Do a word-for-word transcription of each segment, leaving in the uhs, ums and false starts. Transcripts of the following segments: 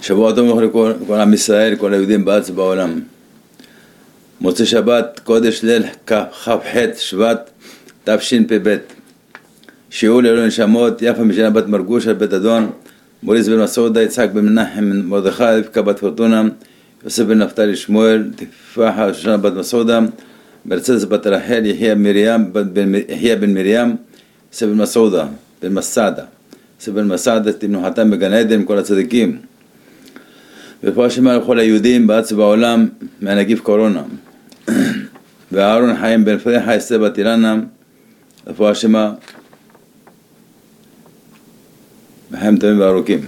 שבוע טוב לכל כל עם ישראל, כל היהודים בארץ ובעולם. מוצאי שבת, קודש ליל כ"ח שבט תשפ"ב. שיעור לעילוי נשמות יפה משנה בת מרגוש על בית אדון, מוריס בן מסעודה, יצחק בן מנחם, מרדכי רבקה בת פורטונה, יוסף בן נפתלי שמואל, תפחה שושנה בת מסעודה, מרצדס בת רחל, יחיה מרים, יחיה בן מרים, יוסף בן מסעודה, בן מסעדה, יוסף בן מסעדה, תמנוחתם בגן עדן, כל הצדיקים. ורפואה שלמה לכל היהודים בארץ ובעולם מהנגיף קורונה. ואהרון חיים בן פרחה אסתר בת אילנה, רפואה שלמה בחיים טובים וארוכים.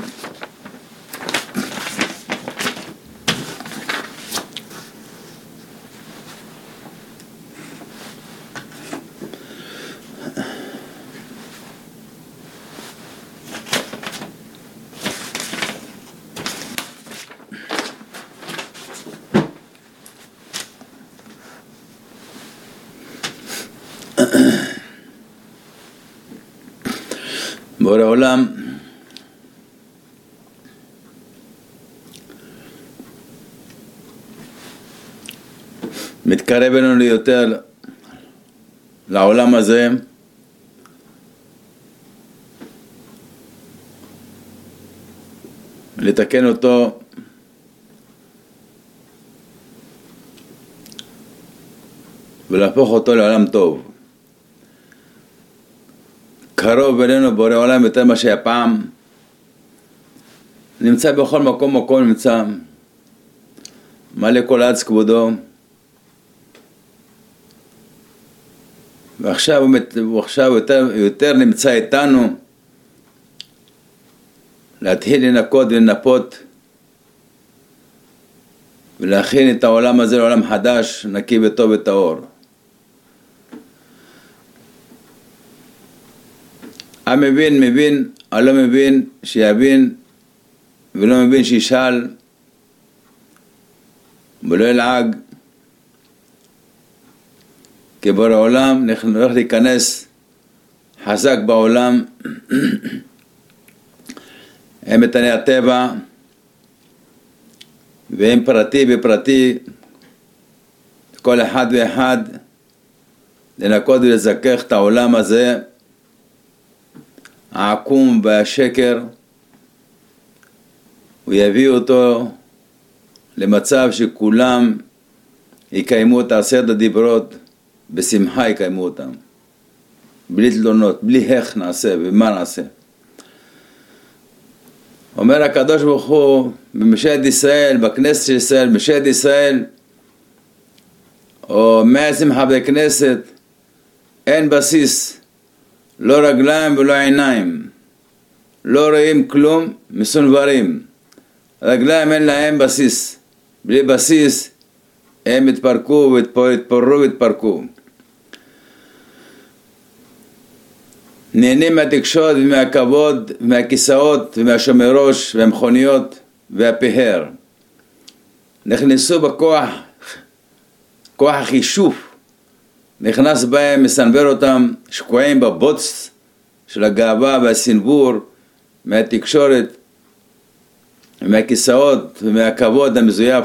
בורא עולם מתקרב אלינו יותר לעולם הזה, לתקן אותו ולהפוך אותו לעולם טוב. קרוב אלינו בורא עולם יותר מה שהיה פעם, נמצא בכל מקום מקום נמצא, מלא כל ארץ כבודו, ועכשיו הוא עכשיו יותר, יותר נמצא איתנו, להתחיל לנקות ולנפות, ולהכין את העולם הזה לעולם חדש, נקי וטוב וטהור. המבין מבין, הלא מבין שיבין, ולא מבין שישאל, ולא ילעג. כי בורא עולם נלך להיכנס חזק בעולם הם מתני הטבע והם פרטי בפרטי, כל אחד ואחד לנקות ולזכך את העולם הזה העקום והשקר, ויביא אותו למצב שכולם יקיימו את עשרת הדיברות, בשמחה יקיימו אותם, בלי תלונות, בלי איך נעשה ומה נעשה. אומר הקדוש ברוך הוא בממשלת ישראל, בכנסת של ישראל, בממשלת ישראל, או מאה ועשרים חברי כנסת, אין בסיס, לא רגליים ולא עיניים, לא רואים כלום, מסונברים. רגליים אין להם בסיס, בלי בסיס הם התפרקו והתפוררו והתפרקו. נהנים מהתקשורת ומהכבוד ומהכיסאות ומהשומר ראש והמכוניות והפהר. נכנסו בכוח, כוח החישוף, נכנס בהם, מסנבר אותם, שקועים בבוץ של הגאווה והסנבור, מהתקשורת, מהכיסאות ומהכבוד המזויף,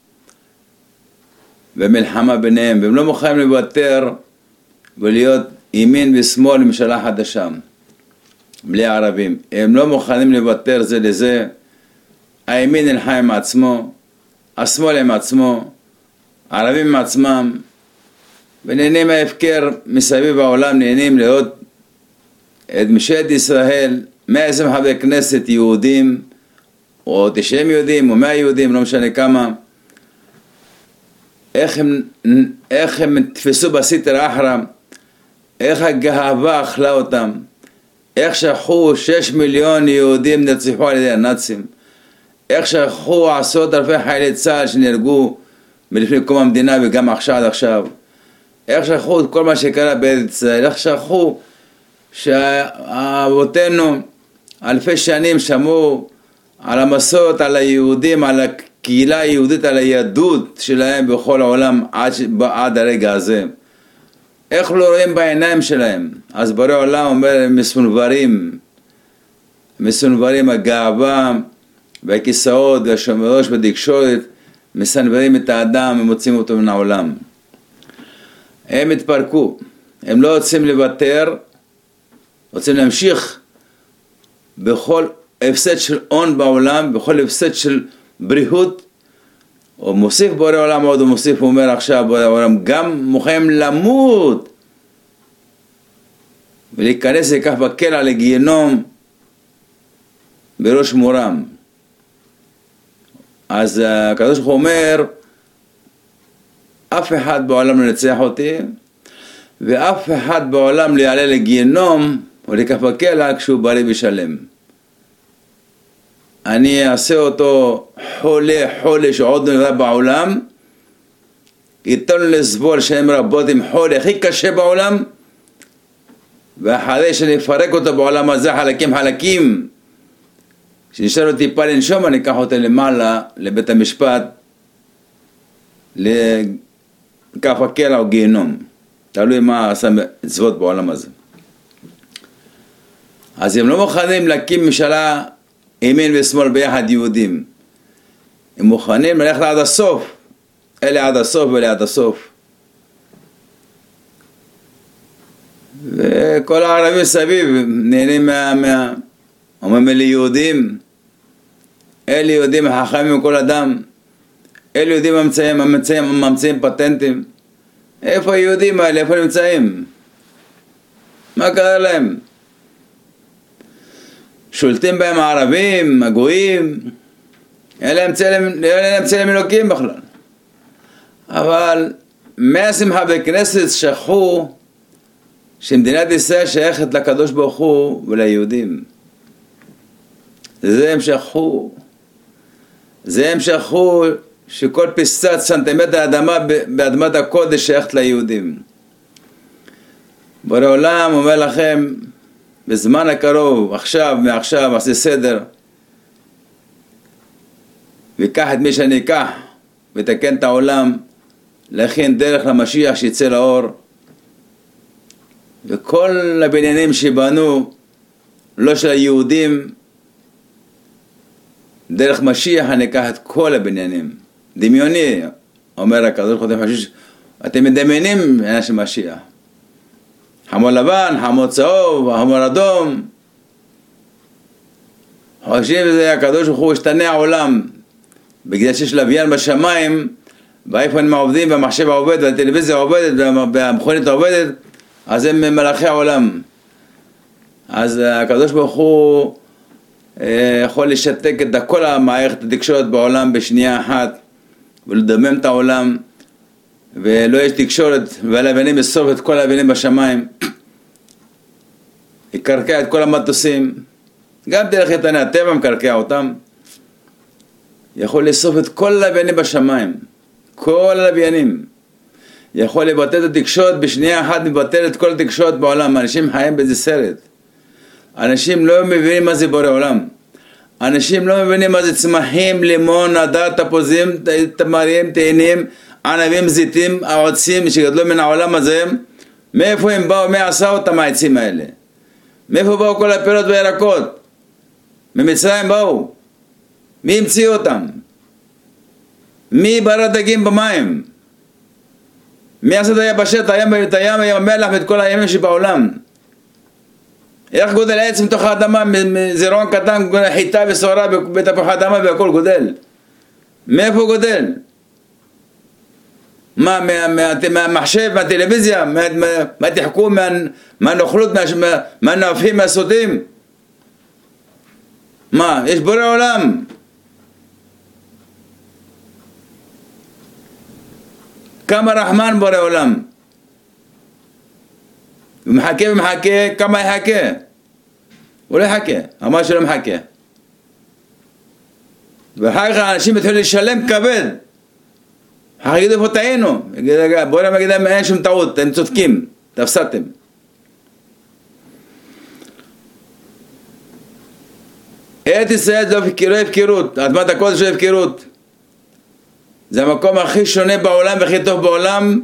ומלחמה ביניהם, והם לא מוכנים לוותר ולהיות ימין ושמאל לממשלה חדשה, בלי הערבים. הם לא מוכנים לוותר זה לזה. הימין נלחם עם עצמו, השמאל עם עצמו, הערבים עם עצמם, ונהנים ההפקר מסביב העולם, נהנים לראות את ממשלת ישראל, מאה ועשרים חברי כנסת יהודים, או תשעים יהודים, או מאה יהודים, לא משנה כמה, איך הם, איך הם תפסו בסתר אחרא, איך הגאווה אכלה אותם, איך שכחו שש מיליון יהודים נרצחו על ידי הנאצים, איך שכחו עשרות אלפי חיילי צה"ל שנהרגו מלפני קום המדינה וגם עכשיו עד עכשיו, איך שכחו את כל מה שקרה בארץ ישראל, איך שכחו שאבותינו אלפי שנים שמעו על המסורת, על היהודים, על הקהילה היהודית, על היהדות שלהם בכל העולם עד, עד הרגע הזה. איך לא רואים בעיניים שלהם? אז בורא עולם אומר, מסונברים, מסונברים, הגאווה והכיסאות והשומרוש בתקשורת מסנוורים את האדם ומוצאים אותו מן העולם. הם התפרקו, הם לא רוצים לוותר, רוצים להמשיך בכל הפסד של הון בעולם, בכל הפסד של בריאות. הוא מוסיף בורא עולם עוד, הוא מוסיף, הוא אומר עכשיו בורא עולם, גם מוכנים למות ולהיכנס לכך בקלע לגיהנום בראש מורם. אז הקדוש ברוך הוא אומר, אף אחד בעולם לא נצח אותי, ואף אחד בעולם לא יעלה לגיהנום ולכך בקלע כשהוא בריא ושלם. אני אעשה אותו חולה חולה שעוד נראה בעולם, ייתן לו לסבול שהם רבות עם חולה הכי קשה בעולם, ואחרי שאני אפרק אותו בעולם הזה חלקים חלקים, שנשאר לו טיפה לנשום, אני אקח אותו למעלה לבית המשפט, לכף הקלע או גיהנום, תלוי מה עשה מצוות בעולם הזה. אז הם לא מוכנים להקים ממשלה ימין ושמאל ביחד יהודים, הם מוכנים ללכת עד הסוף, אלה עד הסוף ואלה עד הסוף. וכל הערבים סביב נהנים מה... מה... אומרים אלה יהודים, אלה יהודים החכמים מכל אדם, אלה יהודים ממצאים, ממצאים, ממצאים פטנטים. איפה היהודים האלה? איפה נמצאים? מה קרה להם? שולטים בהם הערבים, הגויים, אלה אמצעים אלוקים בכלל. אבל מהשמחה בכנסת שכחו שמדינת ישראל שייכת לקדוש ברוך הוא וליהודים. זה הם שכחו. זה הם שכחו שכל פיסת סנטימטר אדמה באדמת הקודש שייכת ליהודים. בורא עולם אומר לכם, בזמן הקרוב, עכשיו, מעכשיו, עשה סדר, ויקח את מי שאני אקח, ותקן את העולם, להכין דרך למשיח שיצא לאור, וכל הבניינים שבנו, לא של היהודים, דרך משיח אני אקח את כל הבניינים. דמיוני, אומר הקדוש ברוך הוא, אתם מדמיינים עניין של משיח. חמור לבן, חמור צהוב, חמור אדום. חושבים שזה הקדוש ברוך הוא השתנה העולם, בגלל שיש לוויין בשמיים, באיפון עובדים, והמחשב עובד, והטלוויזיה עובדת, והמכונית עובדת, אז הם מלאכי העולם. אז הקדוש ברוך הוא יכול לשתק את כל המערכת התקשורת בעולם בשנייה אחת, ולדמם את העולם, ולא יש תקשורת, והלוויינים ישרוף את כל הלוויינים בשמיים, יקרקע את כל המטוסים, גם דרך איתני הטבע מקרקע אותם, יכול לשרוף את כל הלוויינים בשמיים, כל הלוויינים, יכול לבטל את התקשורת בשנייה אחת, מבטל את כל התקשורת בעולם. אנשים חיים באיזה סרט, אנשים לא מבינים מה זה בורא עולם, אנשים לא מבינים מה זה צמחים, לימון, עדר, תפוזים, תמרים, תאנים, ענבים, זיתים, העוצים שגדלו מן העולם הזה. מאיפה הם באו? מי עשה אותם העצים האלה? מאיפה באו כל הפירות והירקות? ממצרים באו. מי המציא אותם? מי ברא דגים במים? מי עשה את היבשת, הים, את הים, הים המלח ואת כל הימים שבעולם? איך גודל עץ מתוך האדמה, זרעון קטן, חיטה וסעורה בתפוח האדמה והכל גודל? מאיפה הוא גודל? מה, מהמחשב, מהטלוויזיה, מה תחכו, מהנוכלות, מהנאפים, מהסוטים? מה, יש בורא עולם. כמה רחמן בורא עולם. ומחכה ומחכה, כמה יחכה? הוא לא יחכה, אמר שלא מחכה. ואחר כך האנשים התחילו לשלם כבד. אחר כך יגידו איפה טעינו, בואו נגיד להם אין שום טעות, אתם צודקים, תפסדתם. ארץ ישראל זה לא הפקרות, אדמת הקודש לא הפקרות. זה המקום הכי שונה בעולם והכי טוב בעולם,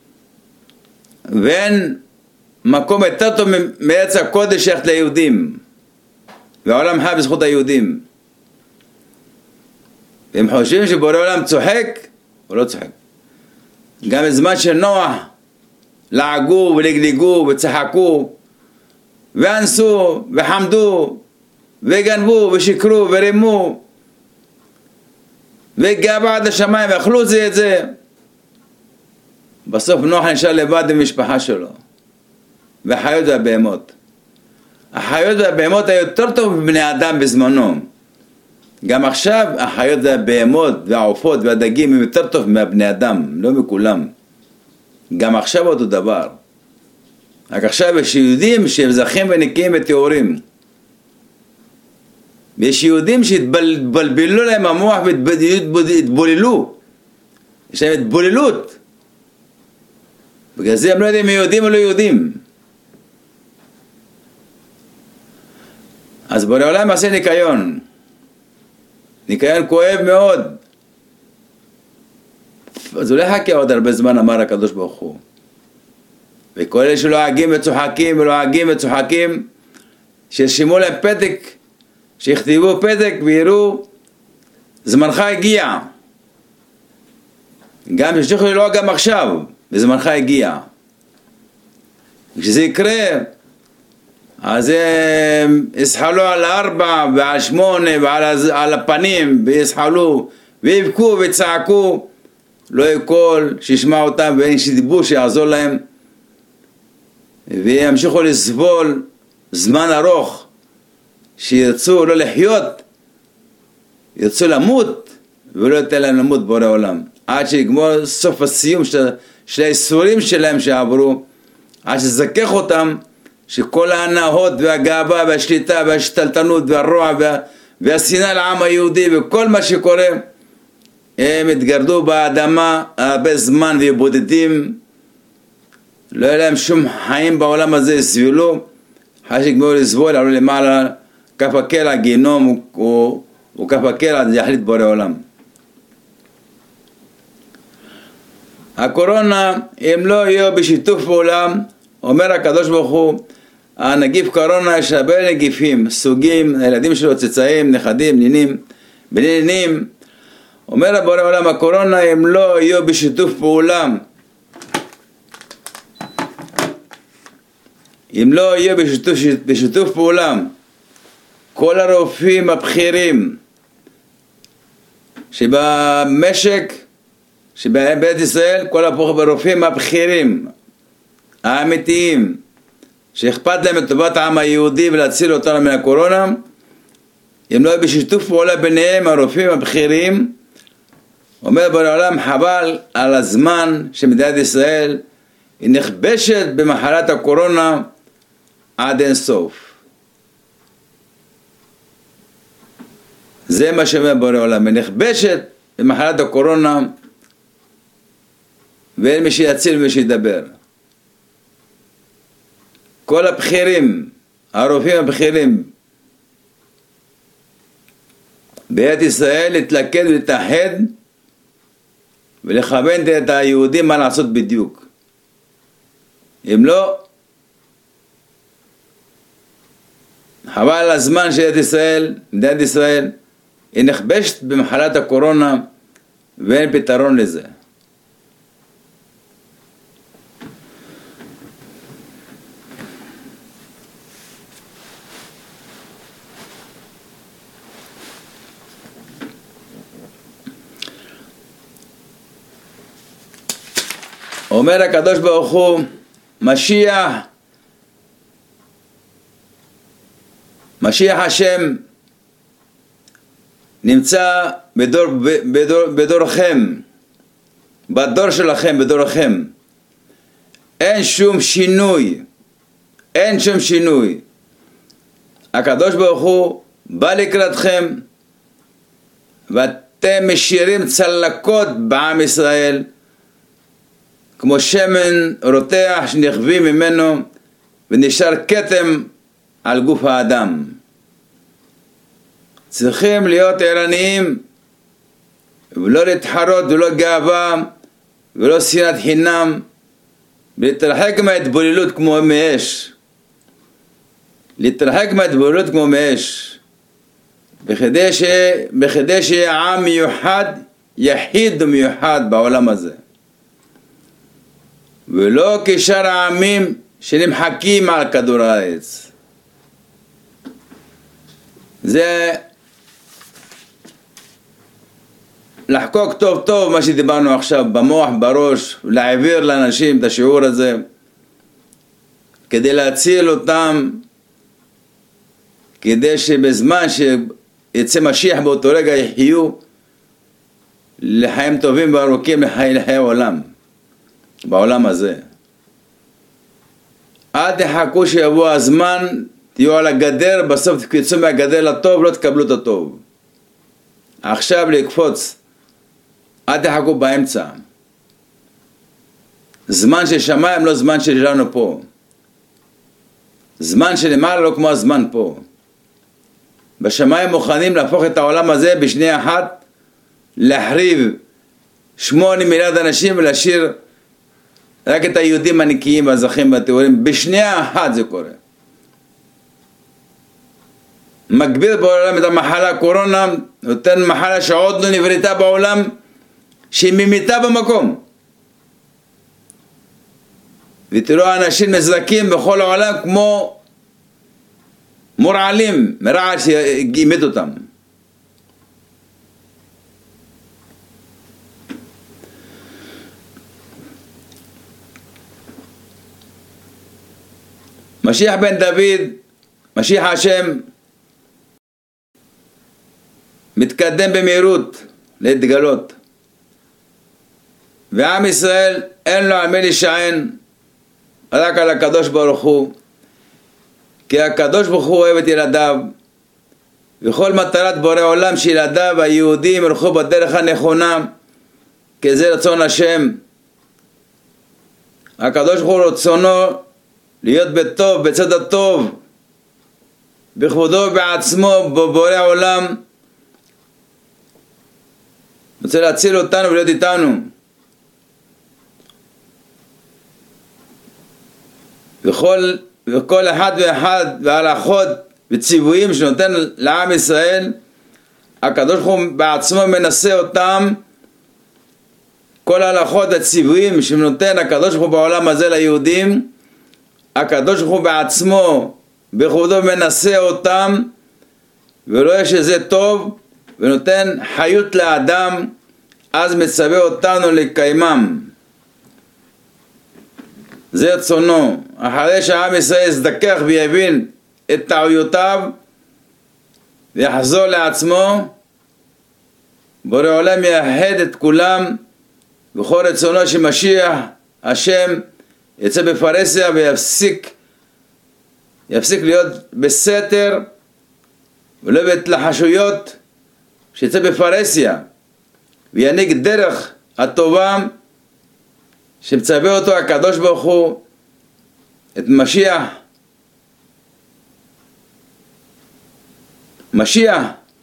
ואין מקום יותר טוב מארץ הקודש שייכת ליהודים, והעולם חי בזכות היהודים. והם חושבים שבורא עולם צוחק, הוא לא צוחק. גם בזמן של נוח, לעגו ולגליגו וצחקו, ואנסו וחמדו, וגנבו ושקרו ורימו, וגאבו עד השמיים ואכלו זה את זה. בסוף נוח נשאר לבד עם המשפחה שלו, והחיות והבהמות. החיות והבהמות היו יותר טוב מבני אדם בזמנו. גם עכשיו החיות והבהמות והעופות והדגים הם יותר טוב מהבני אדם, לא מכולם. גם עכשיו אותו דבר. רק עכשיו יש יהודים שהם זכים ונקיים וטהורים. ויש יהודים שהתבלבלו להם המוח והתבוללו. יש להם התבוללות. בגלל זה הם לא יודעים אם יהודים או לא יהודים. אז בורא עולם עושה ניקיון. ניקיון כואב מאוד. אז הוא לא יחכה עוד הרבה זמן, אמר הקדוש ברוך הוא. וכל אלה שלועגים וצוחקים ולועגים וצוחקים, שירשמו להם פתק, שיכתבו פתק ויראו, זמנך הגיע. גם שתוכלו ללעוג גם עכשיו, וזמנך הגיע. כשזה יקרה, אז הם יסחלו על ארבע ועל שמונה ועל על הפנים, ויסחלו ויבכו וצעקו, לא יכל שישמע אותם ואין שדיבור שיעזור להם, וימשיכו לסבול זמן ארוך, שירצו לא לחיות, ירצו למות, ולא ייתן להם למות בורא עולם, עד שיגמור סוף הסיום של, של האיסורים שלהם שעברו, עד שזכך אותם, שכל ההנאות והגאווה והשליטה והשתלטנות והרוע וה, והשנאה לעם היהודי וכל מה שקורה, הם התגרדו באדמה הרבה זמן ובודדים, לא היה להם שום חיים בעולם הזה, יסבלו, אחרי שגמרו לסבול, עלו למעלה, כף הקלע, גיהנום וכף הקלע, זה יחליט בורא עולם. הקורונה, אם לא יהיו בשיתוף פעולה, אומר הקדוש ברוך הוא, הנגיף קורונה יש הרבה נגיפים, סוגים, הילדים שלו, צאצאים, נכדים, נינים, בני נינים, אומר הבורא עולם, הקורונה אם לא יהיו בשיתוף פעולה, אם לא יהיו בשיתוף, בשיתוף פעולה, כל הרופאים הבכירים שבמשק, שבבית ישראל, כל הרופאים הבכירים, האמיתיים, שאכפת להם את טובת העם היהודי ולהציל אותנו מן הקורונה, אם לא יהיו בשיתוף פעולה ביניהם, הרופאים הבכירים, אומר בעולם, חבל על הזמן שמדינת ישראל היא נכבשת במחלת הקורונה עד אין סוף. זה מה שאומר בורא עולם, היא נכבשת במחלת הקורונה ואין מי שיציל ומי שידבר. כל הבכירים, הרופאים הבכירים בית ישראל להתלכד ולהתאחד ולכוון את היהודים מה לעשות בדיוק. אם לא, חבל על הזמן של ישראל, מדינת ישראל, היא נכבשת במחלת הקורונה ואין פתרון לזה. אומר הקדוש ברוך הוא, משיח, משיח השם נמצא בדור, בדור, בדורכם, בדור שלכם, בדורכם. אין שום שינוי, אין שום שינוי. הקדוש ברוך הוא בא לקראתכם, ואתם משאירים צלקות בעם ישראל, כמו שמן רותח שנכווים ממנו ונשאר כתם על גוף האדם. צריכים להיות ערניים ולא להתחרות ולא גאווה ולא שנאת חינם, ולהתרחק מההתבוללות כמו מאש. להתרחק מההתבוללות כמו מאש. בכדי ש... בכדי שיהיה עם מיוחד, יחיד ומיוחד בעולם הזה. ולא כשאר העמים שנמחקים על כדור הארץ. זה לחקוק טוב טוב מה שדיברנו עכשיו במוח, בראש, להעביר לאנשים את השיעור הזה, כדי להציל אותם, כדי שבזמן שיצא משיח באותו רגע יחיו לחיים טובים וארוכים, לחיי, לחיי עולם, בעולם הזה. אל תחכו שיבוא הזמן, תהיו על הגדר, בסוף תקפצו מהגדר לטוב, לא תקבלו את הטוב. עכשיו לקפוץ, אל תחכו באמצע. זמן של שמיים לא זמן שלנו פה. זמן שלמעלה לא כמו הזמן פה. בשמיים מוכנים להפוך את העולם הזה בשנייה אחת, להחריב שמונה מיליארד אנשים ולהשאיר רק את היהודים הנקיים והזכים והטהורים. בשנייה אחת זה קורה. מגביר בעולם את המחלה הקורונה, נותן מחלה שעוד לא נבראתה בעולם, שהיא ממיתה במקום. ותראו אנשים נזרקים בכל העולם כמו מורעלים, מרעל שהמת אותם. משיח בן דוד, משיח השם, מתקדם במהירות להתגלות. ועם ישראל אין לו על מי להישען, רק על הקדוש ברוך הוא, כי הקדוש ברוך הוא אוהב את ילדיו, וכל מטרת בורא עולם שילדיו היהודים ילכו בדרך הנכונה, כי זה רצון השם. הקדוש ברוך הוא רצונו להיות בטוב, בצד הטוב, בכבודו ובעצמו, בבורא עולם. רוצה להציל אותנו ולהיות איתנו. וכל, וכל אחד ואחד וההלכות וציוויים שנותן לעם ישראל, הקדוש ברוך הוא בעצמו מנסה אותם. כל ההלכות והציוויים שנותן הקדוש ברוך הוא בעולם הזה ליהודים, הקדוש ברוך הוא בעצמו בכבודו מנסה אותם, ורואה שזה טוב ונותן חיות לאדם, אז מצווה אותנו לקיימם. זה רצונו. אחרי שהעם ישראל יזדכך ויבין את טעויותיו ויחזור לעצמו, בורא עולם יאחד את כולם, וכל רצונו שמשיח השם יצא בפרהסיה ויפסיק יפסיק להיות בסתר ולא בהתלחשויות, שיצא בפרהסיה וינהיג דרך הטובה שמצווה אותו הקדוש ברוך הוא, את משיח. משיח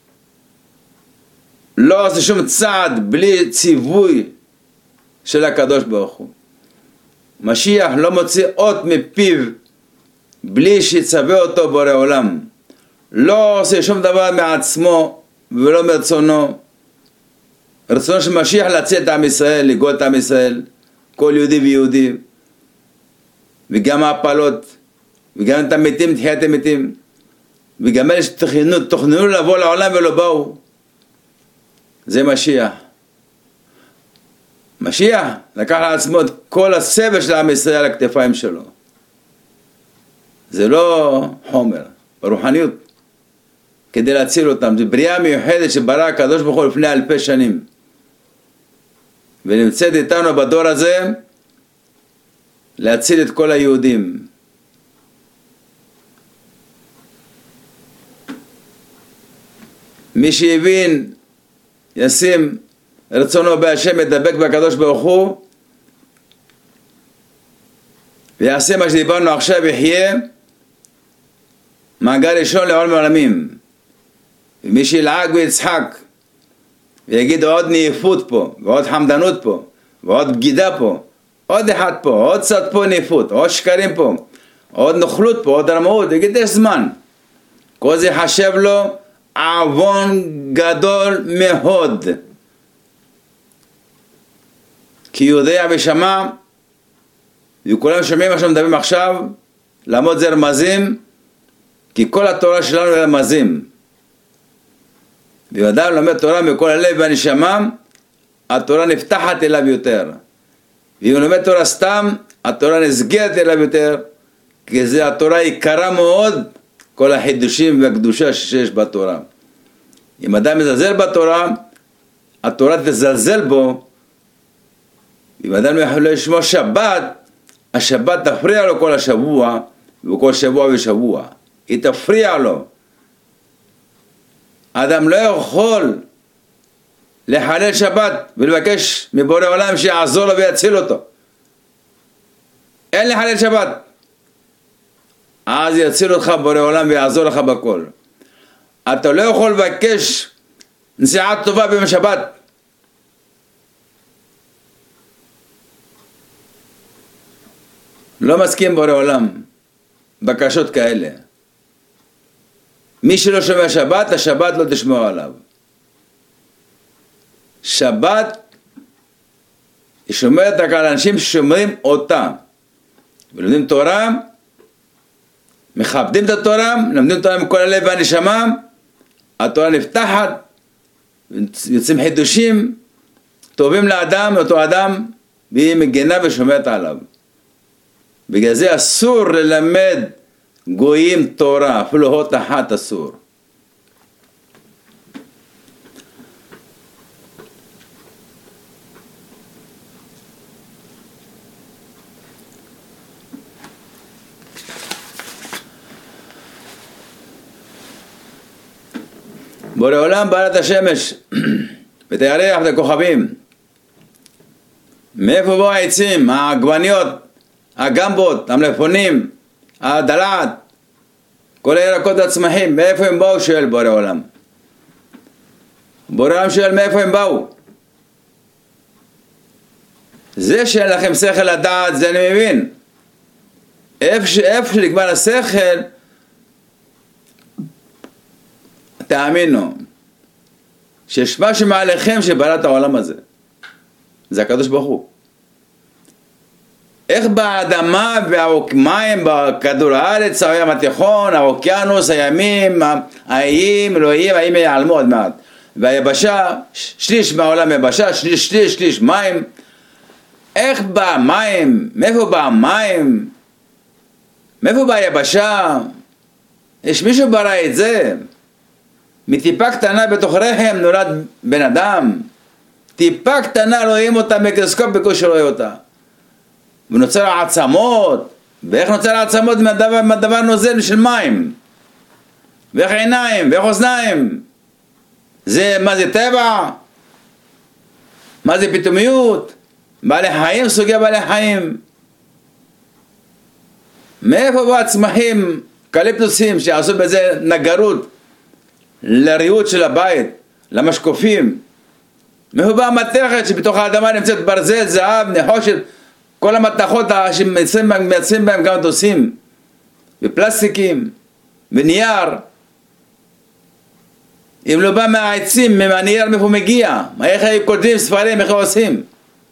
לא עושה שום צעד בלי ציווי של הקדוש ברוך הוא. משיח לא מוציא אות מפיו בלי שיצווה אותו בורא עולם. לא עושה שום דבר מעצמו ולא מרצונו. רצונו של משיח להציל את עם ישראל, לגאול את עם ישראל, כל יהודי ויהודי, וגם ההפלות, וגם את המתים, תחיית המתים, וגם אלה שתכננו, תכננו לבוא לעולם ולא באו. זה משיח. משיח לקח לעצמו את כל הסבל של עם ישראל על הכתפיים שלו. זה לא חומר, ברוחניות, כדי להציל אותם. זה בריאה מיוחדת שברא הקדוש ברוך הוא לפני אלפי שנים, ונמצאת איתנו בדור הזה להציל את כל היהודים. מי שהבין ישים רצונו בהשם, ידבק בקדוש ברוך הוא ויעשה מה שדיברנו עכשיו, יחיה מעגל ראשון לעולם העולמים. ומי שילעג ויצחק ויגיד עוד ניפות פה, ועוד חמדנות פה, ועוד בגידה פה, עוד אחד פה, עוד קצת פה ניפות, עוד שקרים פה, עוד נוכלות פה, עוד רמאות, יגיד יש זמן. כל זה חשב לו עוון גדול מאוד, כי יודע ושמע, וכולם שומעים מה שאנחנו מדברים עכשיו, לעמוד זה רמזים, כי כל התורה שלנו היא רמזים. ואם אדם לומד תורה מכל הלב והנשמה, התורה נפתחת אליו יותר. ואם הוא לומד תורה סתם, התורה נסגרת אליו יותר, כי זה התורה יקרה מאוד, כל החידושים והקדושה שיש בתורה. אם אדם מזלזל בתורה, התורה תזלזל בו. אם אדם לא יכול לשמוע שבת, השבת תפריע לו כל השבוע, וכל שבוע ושבוע. היא תפריע לו. אדם לא יכול לחלל שבת ולבקש מבורא עולם שיעזור לו ויציל אותו. אין לחלל שבת. אז יציל אותך בורא עולם ויעזור לך בכל. אתה לא יכול לבקש נסיעה טובה ביום שבת. לא מסכים בורא עולם בקשות כאלה. מי שלא שומע שבת, השבת לא תשמע עליו. שבת היא שומרת רק על אנשים ששומרים אותה. ולומדים תורה, מכבדים את התורה, לומדים תורה מכל הלב והנשמה, התורה נפתחת, יוצאים חידושים, טובים לאדם, אותו אדם, והיא מגנה ושומרת עליו. בגלל זה אסור ללמד גויים תורה, אפילו האות אחת אסור. בורא עולם ברא את השמש ואת הירח ואת הכוכבים. מאיפה באו העצים, העגבניות, הגמבות, המלפונים, הדלעת, כל הירקות והצמחים, מאיפה הם באו? שואל בורא עולם. בורא עולם שואל מאיפה הם באו. זה שאין לכם שכל לדעת, זה אני מבין. איפה שנגמר השכל, תאמינו שיש משהו מעליכם שברא את העולם הזה. זה הקדוש ברוך הוא. איך באדמה והמים, בכדור הארץ, הים התיכון, האוקיינוס, הימים, האיים, אלוהים, האיים יעלמו עוד מעט. והיבשה, שליש מהעולם יבשה, שליש, שליש, שליש מים. איך בא מים? מאיפה בא מים? מאיפה בא יבשה? יש מישהו ברא את זה? מטיפה קטנה בתוך רחם נולד בן אדם. טיפה קטנה רואים אותה מיקרוסקופ בקושי רואה אותה. ונוצר העצמות. ואיך נוצר העצמות מהדבר, מהדבר נוזל של מים? ואיך עיניים? ואיך אוזניים? זה, מה זה טבע? מה זה פתאומיות? בעלי חיים, סוגי בעלי חיים. מאיפה בא הצמחים, קליפטוסים שעשו בזה נגרות לריהוט של הבית, למשקופים? מאיפה באה המתכת שבתוך האדמה נמצאת ברזל, זהב, נחושת, כל המתכות שמייצרים בהם גם מטוסים, ופלסטיקים, ונייר. אם לא בא מהעצים, מהנייר מאיפה מגיע? איך היו כותבים ספרים, איך עושים?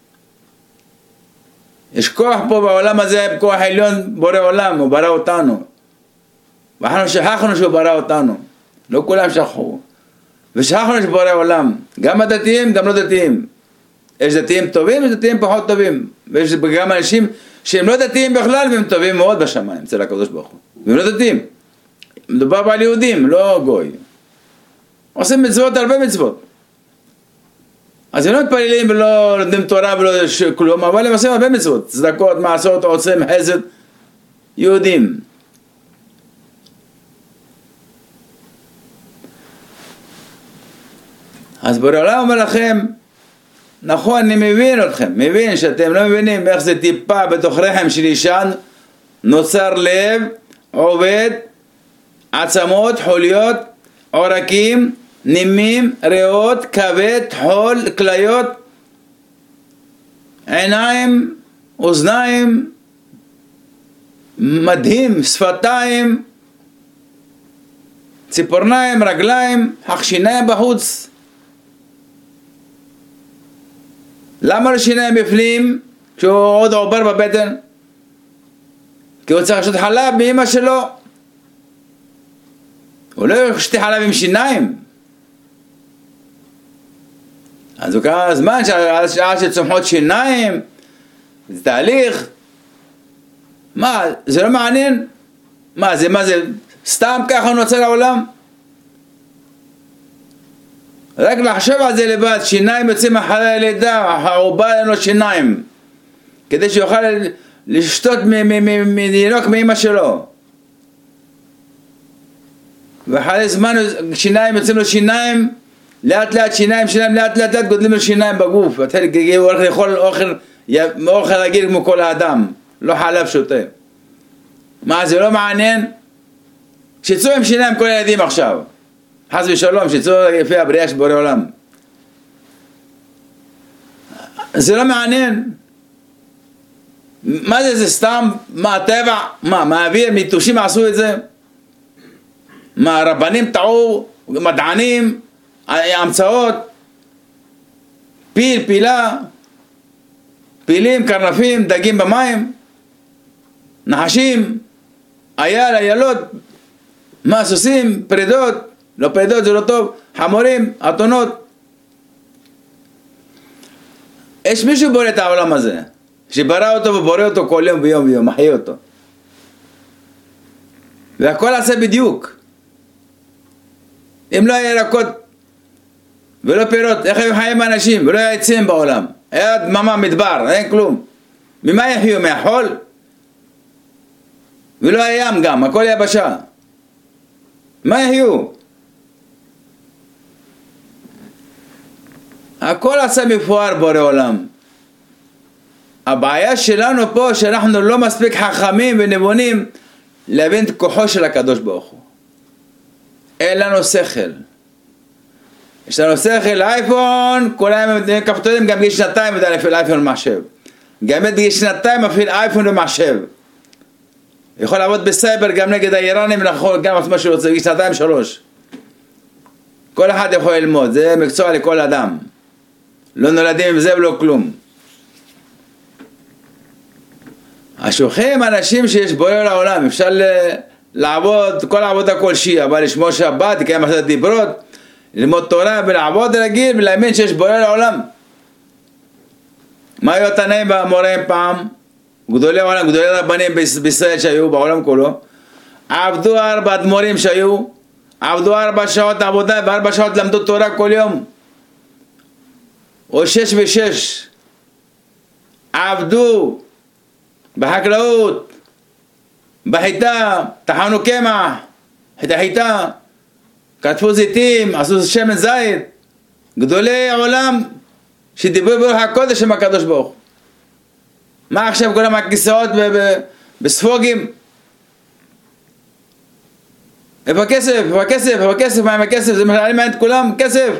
יש כוח פה בעולם הזה, כוח עליון בורא עולם, הוא ברא אותנו. ואנחנו שכחנו שהוא ברא אותנו. לא כולם שכחו. ושכחנו שבורא עולם. גם הדתיים, גם לא דתיים. יש דתיים טובים, יש דתיים פחות טובים. ויש גם אנשים שהם לא דתיים בכלל, והם טובים מאוד בשמיים, אצל הקדוש ברוך הוא. והם לא דתיים. מדובר בעל יהודים, לא גוי. עושים מצוות, הרבה מצוות. אז הם לא מתפללים ולא לומדים תורה ולא כלום, אבל הם עושים הרבה מצוות. צדקות, מעשות, עושים, חסד. יהודים. אז בורא עולם אומר לכם, נכון, אני מבין אתכם, מבין שאתם לא מבינים איך זה טיפה בתוך רחם של אישה, נוצר לב, עובד, עצמות, חוליות, עורקים, נימים, ריאות, כבד, חול, כליות, עיניים, אוזניים, מדהים, שפתיים, ציפורניים, רגליים, אך שיניים בחוץ. למה לשיניים בפנים כשהוא עוד עובר בבטן? כי הוא צריך לשתות חלב מאמא שלו. הוא לא ישתה חלב עם שיניים. אז הוא קרא זמן שעד שצומחות שיניים, זה תהליך. מה, זה לא מעניין? מה זה, מה זה, סתם ככה הוא נוצר לעולם? רק לחשוב על זה לבד, שיניים יוצאים אחרי הלידה, העובר אין לו שיניים, כדי שיוכל לשתות מינוק מאמא שלו. ואחרי זמן שיניים יוצאים לו שיניים, לאט לאט שיניים, שיניים, לאט לאט לאט גודלים לו שיניים בגוף. הוא הולך לאכול אוכל, אוכל רגיל כמו כל האדם, לא חלב שותה. מה, זה לא מעניין? שיצאו עם שיניים כל הילדים עכשיו, חס ושלום, שיצאו לפי הבריאה של בורא עולם. זה לא מעניין. מה זה, זה סתם? מה, הטבע? מה, מהאוויר, מיתושים עשו את זה? מה, הרבנים טעו, מדענים, המצאות, פיל, פילה, פילים, קרנפים, דגים במים, נחשים, אייל, איילות, מה, סוסים, פרידות, לא פרידות זה לא טוב, חמורים, אתונות. יש מישהו בורא את העולם הזה, שברא אותו ובורא אותו כל יום ויום ויום, מחיה אותו. והכל עשה בדיוק. אם לא היה ירקות ולא פירות, איך היו חיים אנשים? ולא היה עצים בעולם, היה דממה, מדבר, אין כלום. ממה יחיו? מהחול? ולא היה ים גם, הכל יבשה. מה יחיו? הכל עשה מפואר בורא עולם. הבעיה שלנו פה שאנחנו לא מספיק חכמים ונבונים להבין את כוחו של הקדוש ברוך הוא. אין לנו שכל. יש לנו שכל, אייפון, כולם כפתורים, גם בגיל שנתיים יודע להפעיל אייפון ומחשב. גם בגיל שנתיים מפעיל אייפון ומחשב. יכול לעבוד בסייבר גם נגד האיראנים, גם לעשות מה שהוא רוצה, בגיל שנתיים שלוש. כל אחד יכול ללמוד, זה מקצוע לכל אדם. לא נולדים עם זה ולא כלום. השוכחים אנשים שיש בורא לעולם, אפשר לעבוד כל עבודה כלשהי, אבל לשמור שבת, לקיים עשרת דיברות, ללמוד תורה ולעבוד רגיל ולהאמין שיש בורא לעולם. מה היו התנאים והאמוראים פעם? גדולי העולם, גדולי הרבנים בישראל שהיו בעולם כולו, עבדו ארבע אדמו"רים שהיו, עבדו ארבע שעות עבודה וארבע שעות למדו תורה כל יום, או שש ושש. עבדו בחקלאות, בחיטה, טחנו קמח, חיטה חיטה, כתבו זיתים, עשו שמן זית. גדולי העולם שדיברו ברוח הקודש עם הקדוש ברוך הוא. מה עכשיו כולם הכיסאות בספוגים? איפה הכסף? איפה הכסף? איפה הכסף? מה עם הכסף? זה מעניין את כולם, כסף.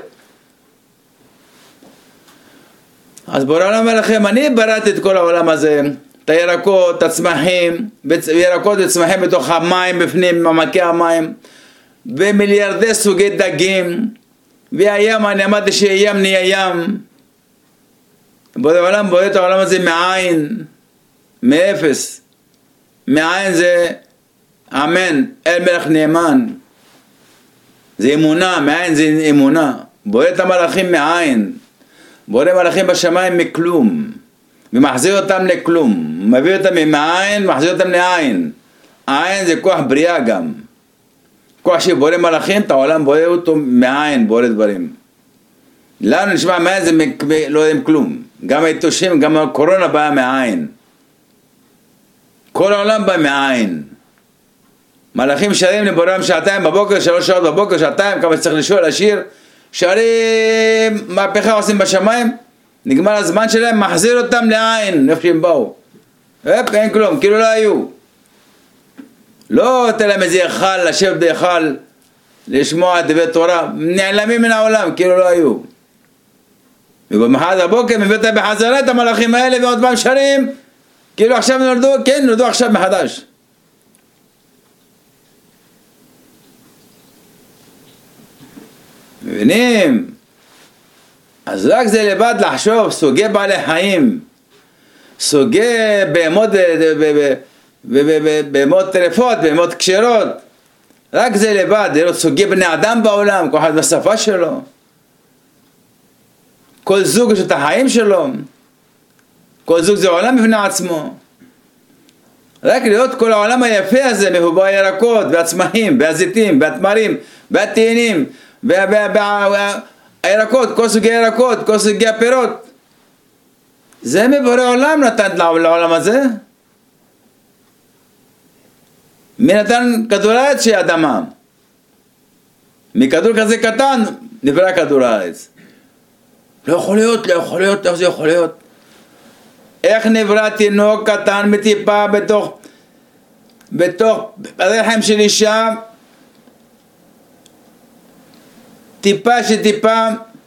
אז בורא עולם אומר לכם, אני בראתי את כל העולם הזה, את הירקות, את הצמחים, ירקות וצמחים בתוך המים בפנים, במעמקי המים, ומיליארדי סוגי דגים, והים, אני אמרתי שהים נהיה ים. בורא העולם בורא את העולם הזה מעין, מאפס. מעין זה אמן, אל מלך נאמן. זה אמונה, מעין זה אמונה. בורא את המלאכים מעין. בורא מלאכים בשמיים מכלום. ומחזיר אותם לכלום. מביא אותם ממעין, מחזיר אותם לעין. עין זה כוח בריאה גם. כוח שבורא מלאכים, את העולם בורא אותו מעין, בורא דברים. לנו נשמע מעין זה לא יודעים כלום. גם היתושים, גם הקורונה באה מעין. כל העולם בא מעין. מלאכים שרים לבורם שעתיים בבוקר, שלוש שעות בבוקר, שעתיים, כמה שצריך לשאול, לשיר. שרים, מהפכה עושים בשמיים, נגמר הזמן שלהם, מחזיר אותם לעין, איפה שהם באו. אפ, אין כלום, כאילו לא היו. לא תן להם איזה יחל, לשבת ביחל, לשמוע דברי תורה, נעלמים מן העולם, כאילו לא היו. ובמחרת הבוקר מביא אותם בחזרה את המלאכים האלה, ועוד פעם שרים, כאילו עכשיו נולדו, כן, נולדו עכשיו מחדש. מבינים? אז רק זה לבד לחשוב, סוגי בעלי חיים, סוגי בהמות, בהמות טרפות, בהמות כשרות, רק זה לבד, לראות סוגי בני אדם בעולם, כל אחד בשפה שלו, כל זוג יש את החיים שלו, כל זוג זה עולם בפני עצמו, רק לראות כל העולם היפה הזה, מחובר הירקות והצמחים והזיתים והתמרים והתאנים והירקות, כל סוגי הירקות, כל סוגי הפירות, זה מבורא עולם נתן לעולם הזה. מי נתן כדור הארץ שהיא אדמה? מכדור כזה קטן נברא כדור הארץ. לא יכול להיות, לא יכול להיות, איך זה יכול להיות? איך נברא תינוק קטן מטיפה בתוך בתוך הרחם של אישה, טיפה שטיפה,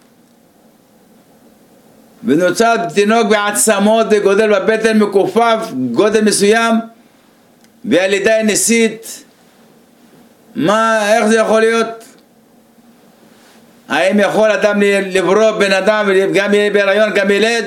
ונוצר תינוק בעצמות וגודל בבטן מקופף גודל מסוים, והלידה ניסית. מה, איך זה יכול להיות? האם יכול אדם לברוא בן אדם וגם יהיה בהיריון גם ילד?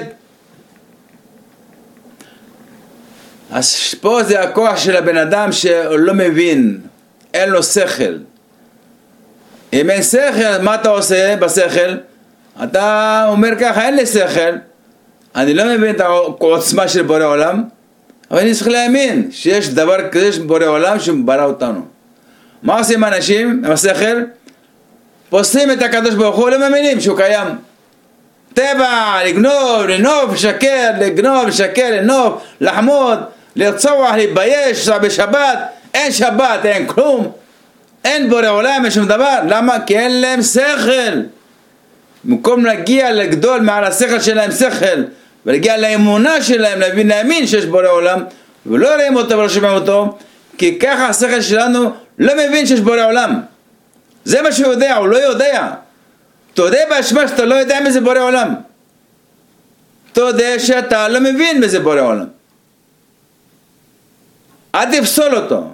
אז פה זה הכוח של הבן אדם שלא מבין, אין לו שכל. אם אין שכל, מה אתה עושה בשכל? אתה אומר ככה, אין לי שכל, אני לא מבין את העוצמה של בורא עולם, אבל אני צריך להאמין שיש דבר כזה של בורא עולם שברא אותנו. מה עושים אנשים עם השכל? פוסלים את הקדוש ברוך הוא, לא מאמינים שהוא קיים. טבע, לגנוב, לנוב, לשקר, לגנוב, לשקר, לנוב, לחמוד, לרצוח, להתבייש בשבת. אין שבת, אין כלום, אין בורא עולם, אין שום דבר. למה? כי אין להם שכל. במקום להגיע לגדול מעל השכל שלהם שכל, ולהגיע לאמונה שלהם, להבין, להאמין שיש בורא עולם, ולא רואים אותו ולא שומעים אותו, כי ככה השכל שלנו לא מבין שיש בורא עולם. זה מה שהוא יודע, הוא לא יודע. תודה באשמה שאתה לא יודע מזה בורא עולם. תודה שאתה לא מבין מזה בורא עולם. אל תפסול אותו.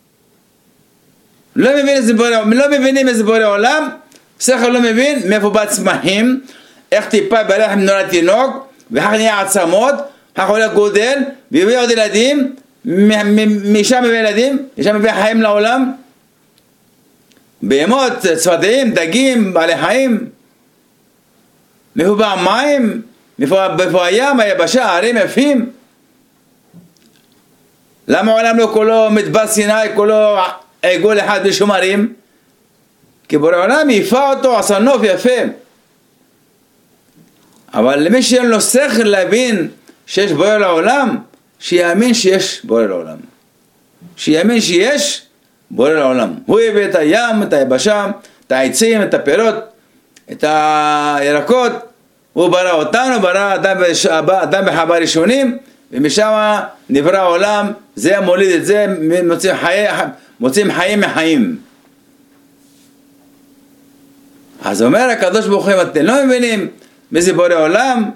לא מבין איזה בורא עולם, לא מבינים איזה בורא עולם, שכל לא מבין מאיפה בא צמחים, איך טיפה ברחם נולד תינוק, ואחר נהיה עצמות, אחר הולך גודל, ויביא עוד ילדים, משם מביא ילדים, משם מביא חיים לעולם, בהמות, צפרדעים, דגים, בעלי חיים, מאיפה בא המים, מאיפה הים, היבשה, הערים יפים. למה העולם לא כולו מדבר סיני, כולו עיגול אחד בשום ערים? כי בורא עולם יפה אותו, עשה נוף יפה. אבל למי שאין לו שכל להבין שיש בורא לעולם, שיאמין שיש בורא לעולם, שיאמין שיש בורא לעולם. הוא הביא את הים, את היבשה, את העצים, את הפירות, את הירקות. הוא ברא אותנו, ברא אדם, אדם בחווה ראשונים, ומשם נברא העולם. זה מוליד את זה, מוצאים, חיי, מוצאים חיים מחיים. אז אומר הקדוש ברוך הוא, אתם לא מבינים מי זה בורא עולם?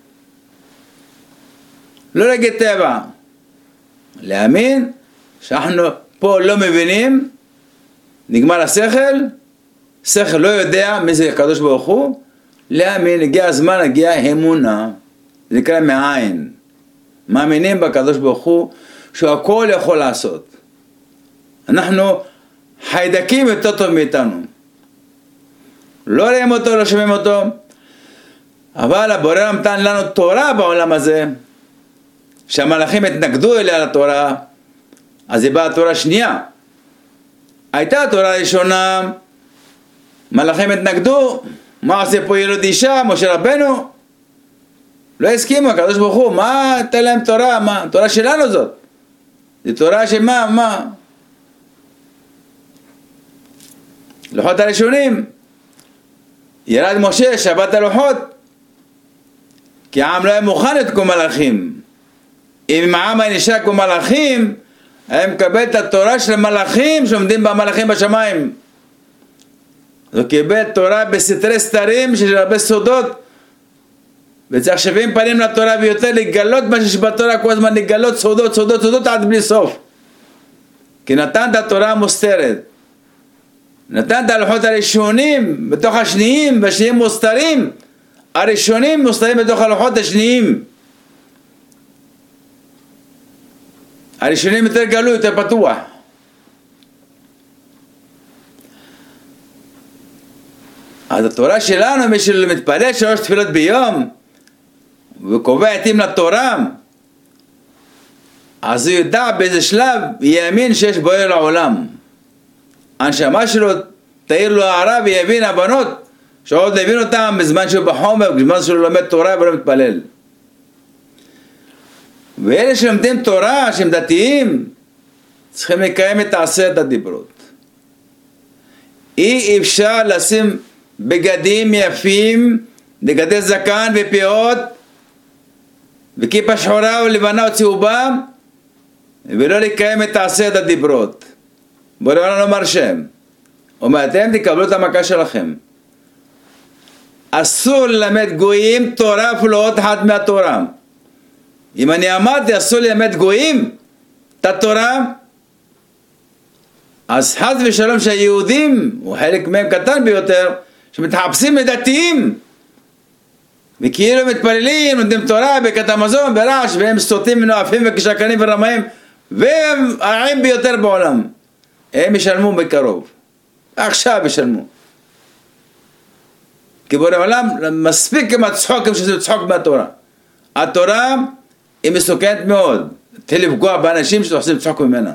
לא להגיד טבע, להאמין שאנחנו פה לא מבינים, נגמר השכל, שכל לא יודע מי זה הקדוש ברוך הוא, להאמין, הגיע הזמן, הגיע אמונה, זה נקרא מעין, מאמינים בקדוש ברוך הוא שהוא הכל יכול לעשות. אנחנו חיידקים יותר טוב מאיתנו, לא רואים אותו, לא שומעים אותו, אבל הבורא נתן לנו תורה בעולם הזה, שהמלאכים התנגדו אליה לתורה, אז היא באה התורה שנייה. הייתה התורה ראשונה, מלאכים התנגדו, מה עושה פה ילוד אישה, משה רבנו? לא הסכימו, הקדוש ברוך הוא, מה תן להם תורה, מה? תורה שלנו זאת. זו תורה שמה, מה? לוחות הראשונים, ירד משה, שבת הלוחות, כי העם לא היה מוכן לתקום מלאכים. אם העם היה נשאר כמו מלאכים, היה מקבל את התורה של מלאכים שעומדים במלאכים בשמיים. אז הוא קיבל תורה בסתרי סתרים של הרבה סודות, וצריך שבעים פנים לתורה ויותר לגלות מה שיש בתורה, כל הזמן לגלות סודות, סודות, סודות עד בלי סוף. כי נתן את התורה המוסתרת. נתן את הלוחות הראשונים בתוך השניים, והשניים מוסתרים. הראשונים מוסתרים בתוך הלוחות השניים. הראשונים יותר גלוי, יותר פתוח. אז התורה שלנו, מי שמתפלל שלוש תפילות ביום וקובע עתים לתורה, אז הוא ידע באיזה שלב יאמין שיש בורא לעולם. הנשמה שלו תאיר לו הערה ויבין הבנות שעוד להבין אותם בזמן שהוא בחומר, בזמן שהוא לומד תורה ולא מתפלל. ואלה שלומדים תורה, שהם דתיים, צריכים לקיים את עשרת הדיברות. אי אפשר לשים בגדים יפים, בגדי זקן ופאות, וכיפה שחורה ולבנה וצהובה, ולא לקיים את עשרת הדיברות. בורא עולם לא מרשם. אומר, אתם תקבלו את המכה שלכם. אסור ללמד גויים תורה אפילו עוד אחת מהתורה. אם אני אמרתי אסור ללמד גויים את התורה, אז חס ושלום שהיהודים, הוא חלק מהם קטן ביותר, שמתחפשים לדתיים וכאילו מתפללים, נותנים תורה בקט המזון, ברעש, והם סוטים ונואפים וקשקנים ורמאים, והם הרעים ביותר בעולם. הם ישלמו בקרוב, עכשיו ישלמו. כי בורא עולם מספיק עם הצחוקים שזה צחוק מהתורה. התורה היא מסוכנת מאוד, תתחיל לפגוע באנשים שעושים צחוק ממנה.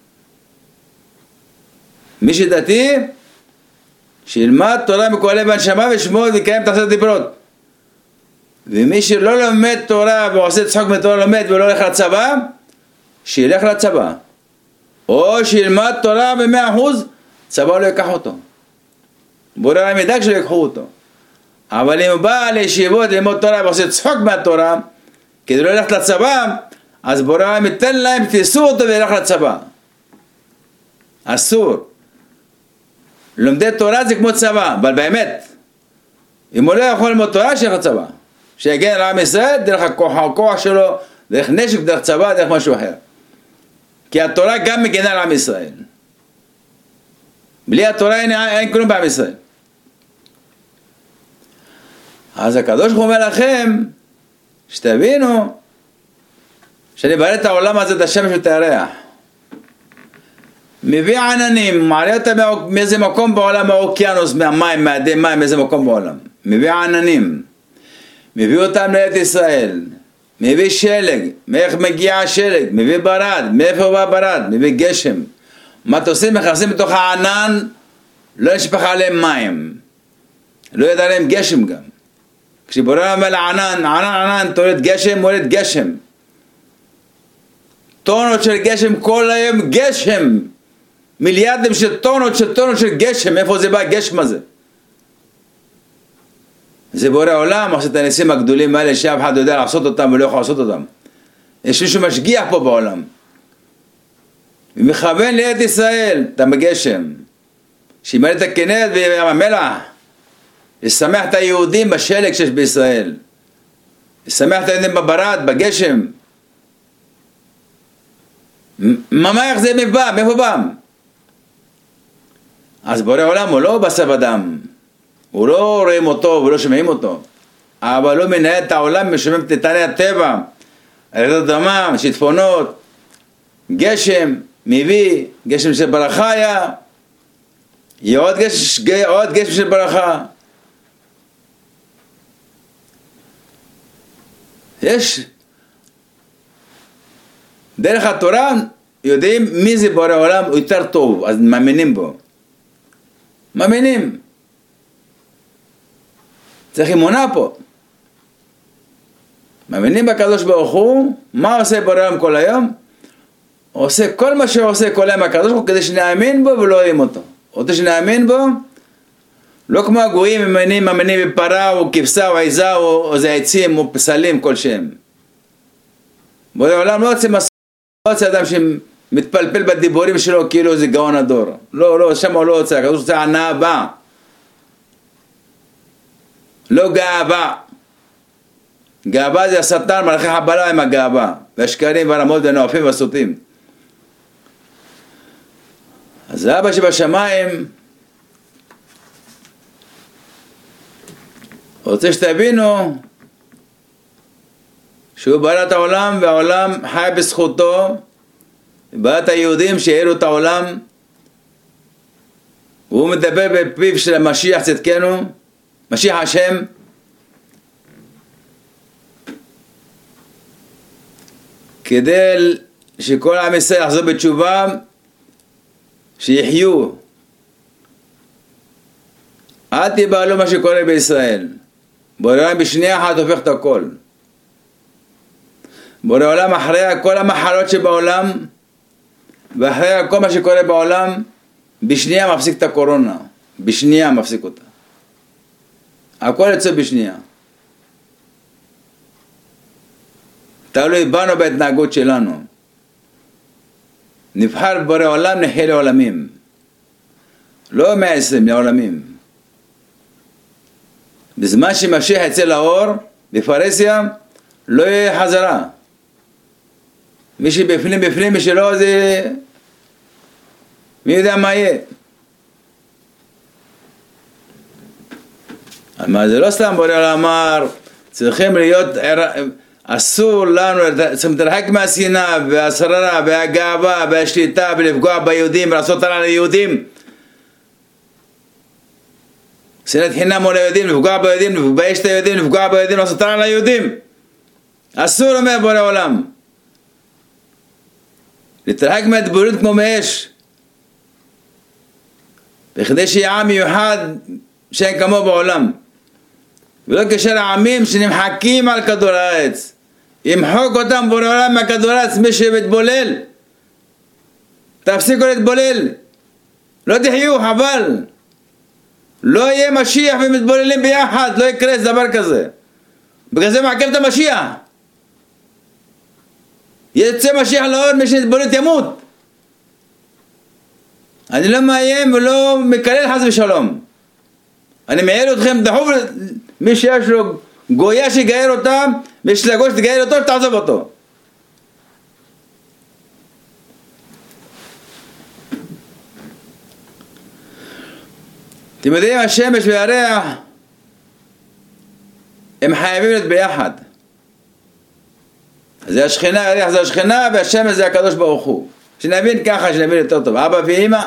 מי שדתי שילמד תורה מכל לב והנשמה ושמור ויקיים את עשרת הדיברות. ומי שלא לומד תורה ועושה צחוק מתורה לומד ולא הולך לצבא, שילך לצבא, או שילמד תורה במאה אחוז, צבא לא ייקח אותו. בורא עולם ידאג שלא ייקחו אותו. אבל אם הוא בא לישיבות ללמוד תורה ועושה צחוק מהתורה כדי לא ילך לצבא, אז בורא עולם ייתן להם, תיסו אותו וילך לצבא. אסור. לומדי תורה זה כמו צבא, אבל באמת אם הוא לא יכול ללמוד תורה, שילך לצבא, שיגן על עם ישראל דרך הכוח, הכוח שלו, דרך נשק, דרך צבא, דרך משהו אחר. כי התורה גם מגנה על עם ישראל. בלי התורה אין, אין כלום בעם ישראל. אז הקדוש ברוך הוא אומר לכם, שתבינו שאני ברא את העולם הזה, את השמש ואת הירח, מביא עננים, מעלה אותם מאיזה מקום בעולם, מהאוקיינוס, מהמים, מהדי מים, מאיזה מקום בעולם, מביא עננים, מביא אותם לארץ ישראל, מביא שלג, מאיך מגיע השלג, מביא ברד, מאיפה בא ברד, מביא גשם, מטוסים מכנסים בתוך הענן, לא נשפך עליהם מים, לא ידע עליהם גשם גם. כשבורא אומר לענן, ענן ענן תולד גשם, מולד גשם, טונות של גשם כל היום, גשם, מיליארדים של טונות של טונות של גשם. איפה זה בא הגשם הזה? זה בורא עולם עושה את הניסים הגדולים האלה שאף אחד יודע לעשות אותם ולא יכול לעשות אותם. יש מישהו משגיח פה בעולם ומכוון לארץ ישראל את הגשם שימלא את הכנרת וים המלח, ישמח את היהודים בשלג שיש בישראל, ישמח את היהודים בברד, בגשם. מה איך זה מבא? מאיפה בא? אז בורא עולם הוא לא בשר ודם, הוא לא רואים אותו ולא שומעים אותו, אבל הוא מנהל את העולם, משומעים את איתני הטבע, רעידות אדמה, שיטפונות, גשם, מביא, גשם של ברכה היה, יהיה עוד גשם, עוד גשם של ברכה. יש דרך התורה יודעים מי זה בורא עולם, הוא יותר טוב, אז מאמינים בו, מאמינים. צריך אמונה פה, מאמינים בקדוש ברוך הוא. מה עושה בורא עולם כל היום? הוא עושה כל מה שהוא עושה כל היום הקדוש ברוך הוא כדי שנאמין בו ולא רואים אותו. רוצה שנאמין בו, לא כמו הגויים מאמינים, מאמינים בפרה או כבשה או עיזה או, או זה עצים או פסלים כלשהם. בורא עולם לא רוצה מסורת, לא רוצה אדם שמתפלפל בדיבורים שלו כאילו זה גאון הדור. לא, לא, שם הוא לא רוצה, הקדוש רוצה ענווה, לא גאווה. גאווה זה השטן, מלאכי חבלה עם הגאווה, והשקרים והרמות והנואפים והסוטים. אז אבא שבשמיים רוצה שתבינו שהוא ברא את העולם והעולם חי בזכותו, ברא את היהודים שהאירו את העולם, והוא מדבר בפיו של המשיח צדקנו, משיח השם. כדי שכל עם ישראל יחזור בתשובה, שיחיו. אל תיבהלו מה שקורה בישראל. בורא עולם בשנייה אחת הופך את הכל. בורא עולם אחרי כל המחלות שבעולם, ואחרי כל מה שקורה בעולם, בשנייה מפסיק את הקורונה. בשנייה מפסיק אותה. הכל יוצא בשנייה. תלוי בנו בהתנהגות שלנו. נבחר בורא עולם, נחיה לעולמים. לא מאה ועשרים, לעולמים. בזמן שמשיח יצא לאור בפרהסיה, לא יהיה חזרה. מי שבפנים בפנים, מי שלא, זה מי יודע מה יהיה. אבל זה לא סתם בורא עולם אמר, צריכים להיות, אסור לנו, צריכים להתרחק מהשנאה והשררה והגאווה והשליטה ולפגוע ביהודים ולעשות רע ליהודים. שנאת חינם מול היהודים, לפגוע ביהודים, לבייש את היהודים, לפגוע ביהודים, לעשות רע ליהודים. אסור, אומר בורא עולם. להתרחק מהדיבורים כמו מאש. בכדי שיהיה עם מיוחד שאין כמוהו בעולם. ולא כשאר העמים שנמחקים על כדור הארץ. ימחוק אותם בורא עולם מהכדור הארץ, מי שמתבולל. תפסיקו להתבולל. לא תחיו, חבל. לא יהיה משיח ומתבוללים ביחד, לא יקרה דבר כזה. בגלל זה מעכב את המשיח. יצא משיח לאור, מי שנתבולל ימות. אני לא מאיים ולא מקלל חס ושלום. אני מעיר אתכם, דחוף מי שיש לו גויה שיגייר אותם, ויש לגוי שתגייר אותו, שתעזוב אותו. אתם יודעים, השמש והירח הם חייבים להיות ביחד. זה השכינה, הירח זה השכינה, והשמש זה הקדוש ברוך הוא. שנבין ככה, שנבין יותר טוב. אבא ואמא,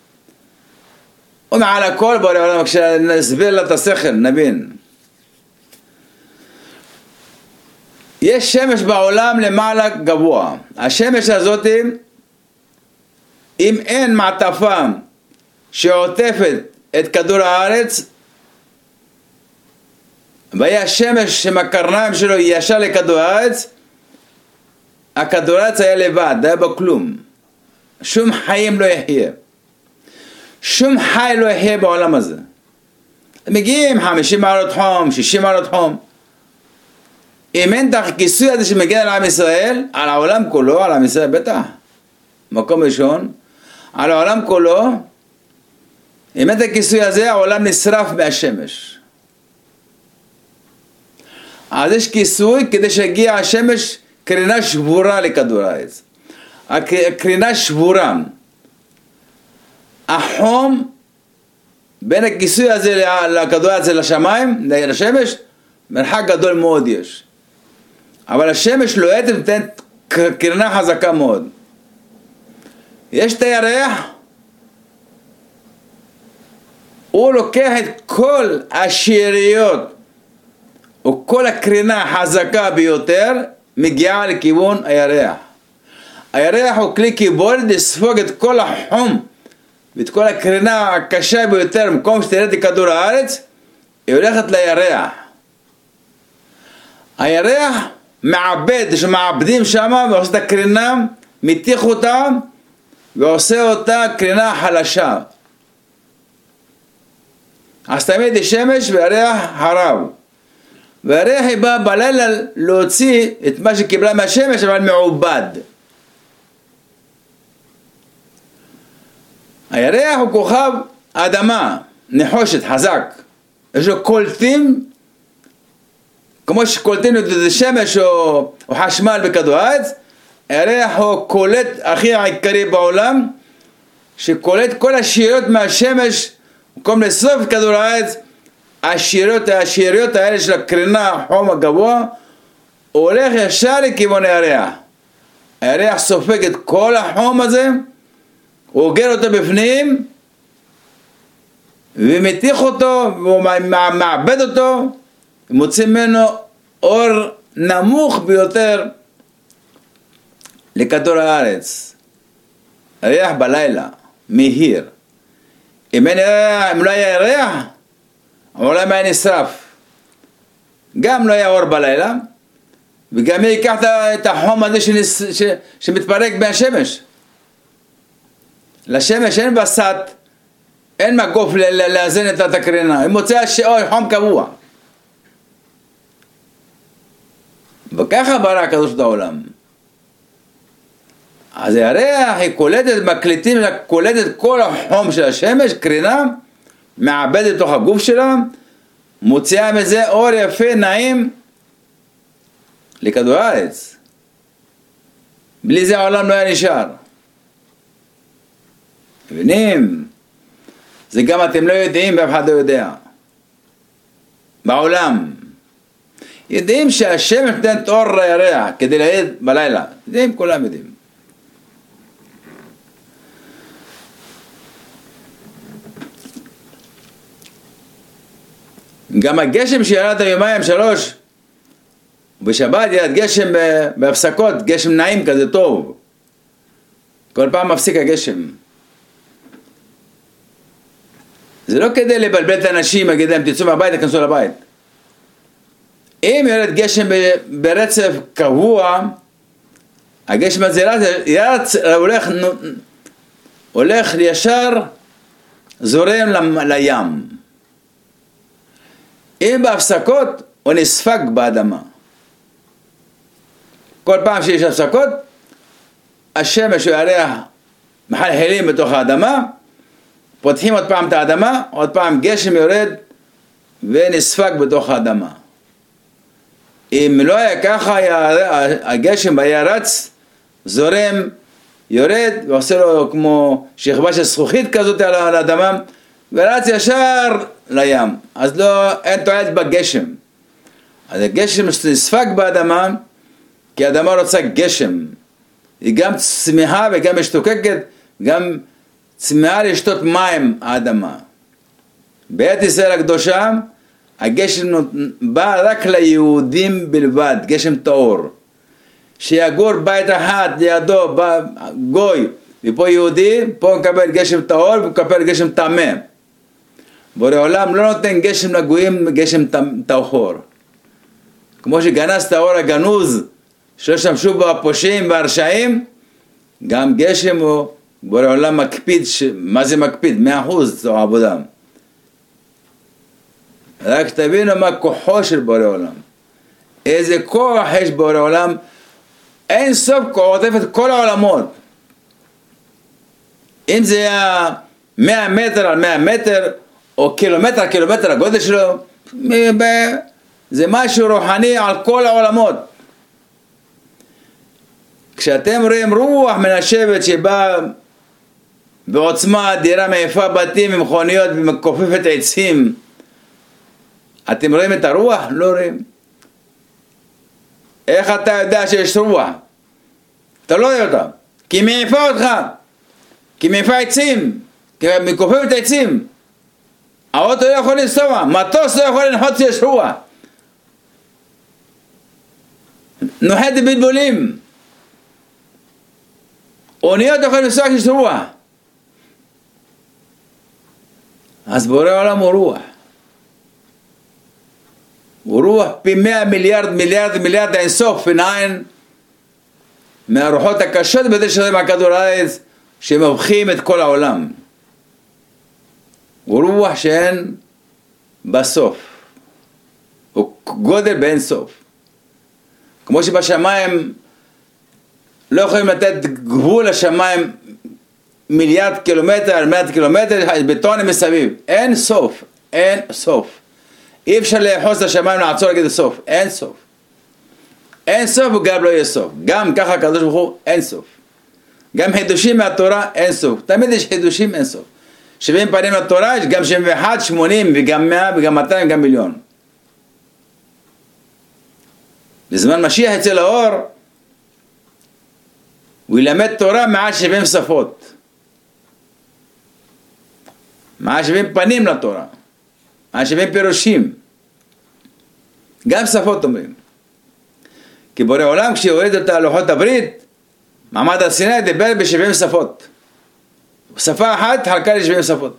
ומעל הכל בורא עולם, כשנסביר לה את השכל, נבין. יש שמש בעולם למעלה גבוה. השמש הזאת, אם אין מעטפה שעוטפת את כדור הארץ, והיה השמש שמקרניים שלו ישר לכדור הארץ, הכדור הארץ היה לבד, היה בו כלום. שום חיים לא יחיה. שום חי לא יחיה בעולם הזה. מגיעים חמישים מעלות חום, שישים מעלות חום. אם אין את הכיסוי הזה שמגיע על עם ישראל, על העולם כולו, על עם ישראל בטח, מקום ראשון, על העולם כולו, אם אין את הכיסוי הזה, העולם נשרף מהשמש. אז יש כיסוי כדי שיגיע השמש קרינה שבורה לכדור הארץ. הקרינה שבורה. החום בין הכיסוי הזה לכדור הארץ לשמיים, לשמש, מרחק גדול מאוד יש. אבל השמש לוהטת ונותנת קרינה חזקה מאוד. יש את הירח, הוא לוקח את כל השאריות או כל הקרינה החזקה ביותר, מגיעה לכיוון הירח. הירח הוא כלי קיבולת לספוג את כל החום ואת כל הקרינה הקשה ביותר במקום שתרד לכדור הארץ, היא הולכת לירח. הירח מעבד, שמעבדים שם ועושה את הקרינה, מתיך אותה ועושה אותה קרינה חלשה. אז תמיד יש שמש והירח הרב. והירח היא באה בלילה להוציא את מה שקיבלה מהשמש, אבל מעובד. הירח הוא כוכב האדמה, נחושת, חזק. יש לו קולטים, כמו שקולטים את השמש או, או חשמל בכדור הארץ, הירח הוא קולט הכי העיקרי בעולם, שקולט כל השאריות מהשמש, במקום לשרוף את כדור הארץ, השאריות, השאריות האלה של הקרינה, החום הגבוה, הולך ישר לכיוון הירח. הירח סופג את כל החום הזה, הוא אוגר אותו בפנים, ומתיך אותו, ומעבד אותו, ומוציא ממנו אור נמוך ביותר לכדור הארץ. הירח בלילה, מהיר. אם, אין ירח, אם לא היה ירח, העולם היה נשרף. גם לא היה אור בלילה, וגם ייקח את החום הזה שנס, ש, שמתפרק מהשמש. לשמש אין בסט, אין מגוף לאזן את הקרינה, היא מוצאה חום קבוע. וככה ברא הקדוש את העולם. אז הירח היא קולטת, מקליטים, קולטת כל החום של השמש, קרינה, מעבדת לתוך הגוף שלה, מוציאה מזה אור יפה, נעים, לכדור הארץ. בלי זה העולם לא היה נשאר. מבינים? זה גם אתם לא יודעים, ואף אחד לא יודע. בעולם. יודעים שהשמש נותנת אור לירח כדי להעיד בלילה. יודעים, כולם יודעים. גם הגשם שירד היומיים שלוש, ובשבת ירד גשם בהפסקות, גשם נעים כזה טוב. כל פעם מפסיק הגשם. זה לא כדי לבלבל את האנשים, להגיד להם תצאו מהבית, תכנסו לבית. אם ירד גשם ברצף קבוע, הגשם הזה ירץ, הולך, הולך ישר, זורם לים. אם בהפסקות, הוא נספג באדמה. כל פעם שיש הפסקות, השמש והירח מחלחלים בתוך האדמה, פותחים עוד פעם את האדמה, עוד פעם גשם יורד ונספג בתוך האדמה. אם לא היה ככה, הגשם היה רץ, זורם, יורד, ועושה לו כמו שכבה של זכוכית כזאת על האדמה, ורץ ישר לים. אז לא, אין תועלת בגשם. אז הגשם נספג באדמה, כי האדמה רוצה גשם. היא גם צמיחה וגם משתוקקת, גם צמאה לשתות מים האדמה. בעת ישראל הקדושה, הגשם בא רק ליהודים בלבד, גשם טהור. שיגור בית אחד לידו, גוי, ופה יהודי, פה מקבל גשם טהור ומקבל גשם טמא. בורא עולם לא נותן גשם לגויים, גשם טהור. כמו שגנז את האור הגנוז, שלא שמשו בו הפושעים והרשעים, גם גשם הוא, בורא עולם מקפיד, ש... מה זה מקפיד? מאה אחוז זו עבודה. רק תבינו מה כוחו של בורא עולם. איזה כוח יש בורא עולם, אין סוף כוח, עוטף את כל העולמות. אם זה היה מאה מטר על מאה מטר, או קילומטר על קילומטר הגודל שלו, זה משהו רוחני על כל העולמות. כשאתם רואים רוח מנשבת שבאה בעוצמה אדירה, מעיפה בתים ומכוניות ומכופפת עצים, אתם רואים את הרוח? לא רואים. איך אתה יודע שיש רוח? אתה לא רואה אותה, כי היא מעיפה אותך, כי היא מעיפה עצים, כי היא מכופפת עצים. האוטו לא יכול לנסוע, מטוס לא יכול לנחות שיש רוח. נוחת בלבולים. אוניות לא יכולים לנסוע כשיש רוח. אז בורא עולם הוא רוח. הוא רוח פי מאה מיליארד מיליארד מיליארד אינסוף ונעין מהרוחות הקשות ביותר שלהם על כדור הארץ שמבחים את כל העולם. הוא רוח שאין בסוף. הוא גודל באין סוף. כמו שבשמיים לא יכולים לתת גבול לשמיים מיליארד קילומטר, מיליארד קילומטר, בטונים מסביב. אין סוף, אין סוף. אי אפשר לאחוז את השמיים לעצור להגיד סוף, אין סוף. אין סוף וגם לא יהיה סוף. גם ככה הקדוש ברוך הוא אין סוף. גם חידושים מהתורה אין סוף. תמיד יש חידושים אין סוף. שבעים פנים לתורה, יש גם שבעים ואחת, שמונים וגם מאה וגם מאתיים וגם מיליון. בזמן משיח יצא לאור, הוא ילמד תורה מעל שבעים שפות. מעל שבעים פנים לתורה. מעל שבעים פירושים. גם שפות אומרים. כי בורא עולם כשיוריד את לוחות הברית, מעמד הר סיני דיבר ב-שבעים שפות. שפה אחת חלקה ל-שבעים שפות.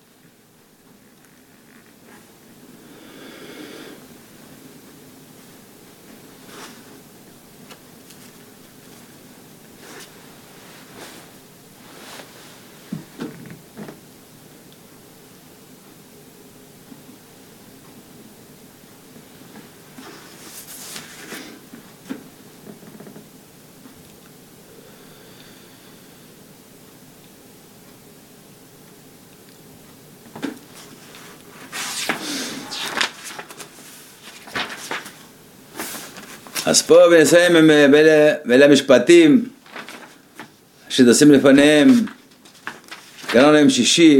אז פה ונסיים עם אלה משפטים שדשים לפניהם, קראנו להם שישי,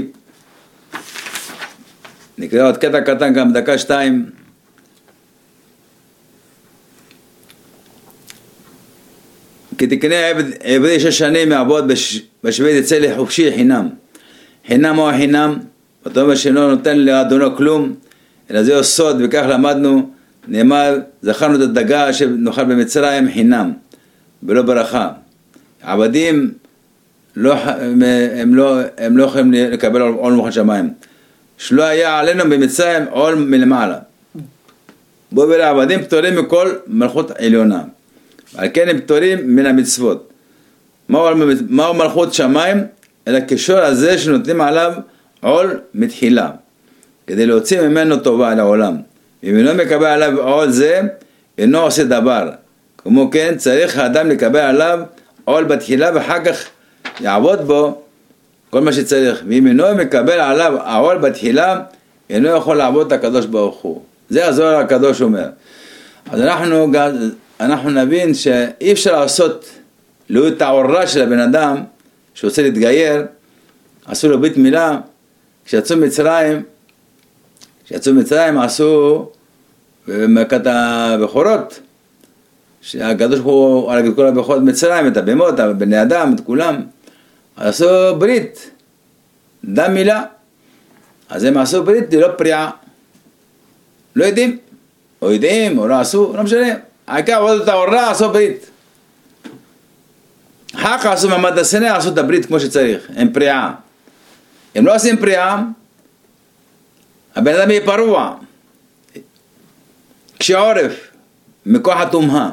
נקרא עוד קטע קטן גם דקה שתיים. כי תקנה עבד, עבדי שש שנים מעבוד בשביל יצא לחופשי חינם. חינם או חינם, אותו אומר שאינו נותן לאדונו כלום, אלא זהו סוד, וכך למדנו, נאמר, זכרנו את הדגה שנאכל במצרים חינם, ולא ברכה. עבדים, לא, הם, לא, הם לא יכולים לקבל עול מלכות שמיים. שלא היה עלינו במצרים עול מלמעלה. בו ואלה עבדים פטורים מכל מלכות עליונה. על כן הם פטורים מן המצוות. מהו, מהו מלכות שמיים? אלא כשור הזה שנותנים עליו עול מתחילה, כדי להוציא ממנו טובה לעולם. אם אינו מקבל עליו עול זה, אינו עושה דבר. כמו כן, צריך האדם לקבל עליו עול בתחילה, ואחר כך יעבוד בו כל מה שצריך. ואם אינו מקבל עליו העול בתחילה, אינו יכול לעבוד את הקדוש ברוך הוא. זה הזוהר הקדוש אומר. אז אנחנו, אנחנו נבין שאי אפשר לעשות לו את העוררה של הבן אדם שרוצה להתגייר. עשו לו ברית מילה, כשיצאו מצרים, כשיצאו מצרים עשו במכת הבכורות, שהקדוש הוא עליו את כל הבכורות מצרים, את הבהמות, בני אדם, את כולם, עשו ברית, דם מילה. אז הם עשו ברית ללא פריעה. לא יודעים, או יודעים, או לא עשו, לא משנה. העיקר עבוד את ההוראה, עשו ברית. אחר כך עשו מעמד הר סיני, עשו את הברית כמו שצריך, עם פריעה. אם לא עושים פריעה, הבן אדם יהיה פרוע, כשעורף, מכוח התומהה.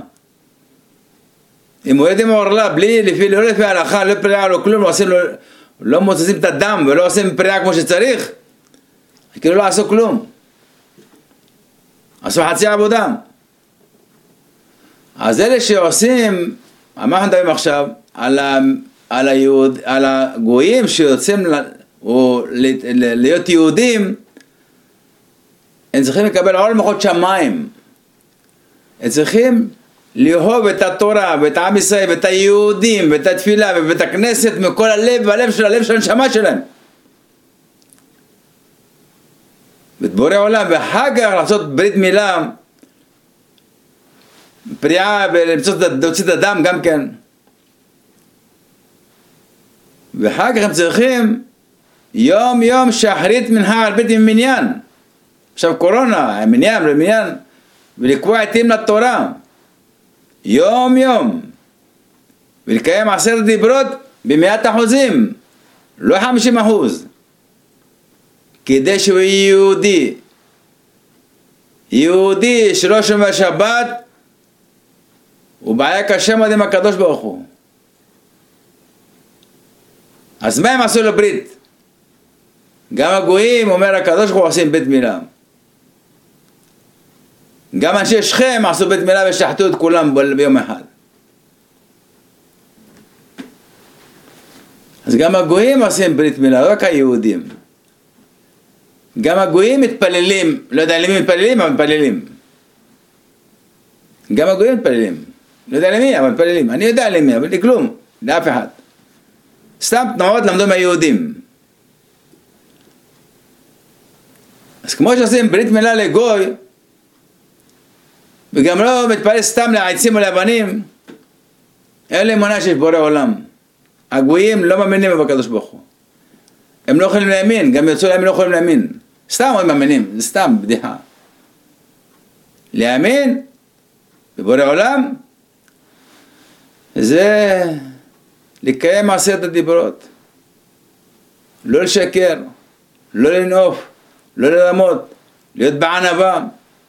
אם הוא יד עם העורלה, בלי, לפי, לא לפי ההלכה, לא פריעה, לא כלום, לא, עושים, לא, לא מוצאים את הדם, ולא עושים פריעה כמו שצריך, כאילו לא עשו כלום. עשו חצי עבודה. אז אלה שעושים, מה אנחנו מדברים עכשיו? על, ה, על, היהוד, על הגויים שיוצאים ל, או, להיות יהודים, הם צריכים לקבל עול מלכות שמיים. הם צריכים לאהוב את התורה ואת עם ישראל ואת היהודים ואת התפילה ובית הכנסת מכל הלב והלב של הלב של הנשמה שלהם. ואת בורא עולם, ואחר כך לעשות ברית מילה, פריעה ולהוציא את הדם גם כן. ואחר כך הם צריכים יום יום שחרית מנחה על בית מניין. עכשיו קורונה, מניין ומניין, ולקבוע עתים לתורה, יום יום, ולקיים עשרת דיברות במאת אחוזים, לא חמישים אחוז, כדי שהוא יהיה יהודי. יהודי שלא שומר שבת, הוא בעיה קשה מאוד עם הקדוש ברוך הוא. אז מה הם עשו לו ברית? גם הגויים, אומר הקדוש ברוך הוא, עושים בית מילה. גם אנשי שכם עשו בית מילה ושחטו את כולם ביום אחד. אז גם הגויים עושים ברית מילה, לא רק היהודים. גם הגויים מתפללים, לא יודע למי מתפללים, אבל מתפללים. גם הגויים מתפללים, לא יודע למי, אבל מתפללים. אני יודע למי, אבל לכלום, לאף אחד. סתם תנועות למדו מהיהודים. אז כמו שעושים ברית מילה לגוי, וגם לא מתפלל סתם לעצים או לאבנים, אין לי אמונה שיש בורא עולם. הגויים לא מאמינים בקדוש ברוך הוא. הם לא יכולים להאמין, גם יוצאו להם לא יכולים להאמין. סתם הם מאמינים, זה סתם בדיחה. להאמין בבורא עולם, זה לקיים עשרת הדיברות. לא לשקר, לא לנעוף, לא לרמות, להיות בענווה,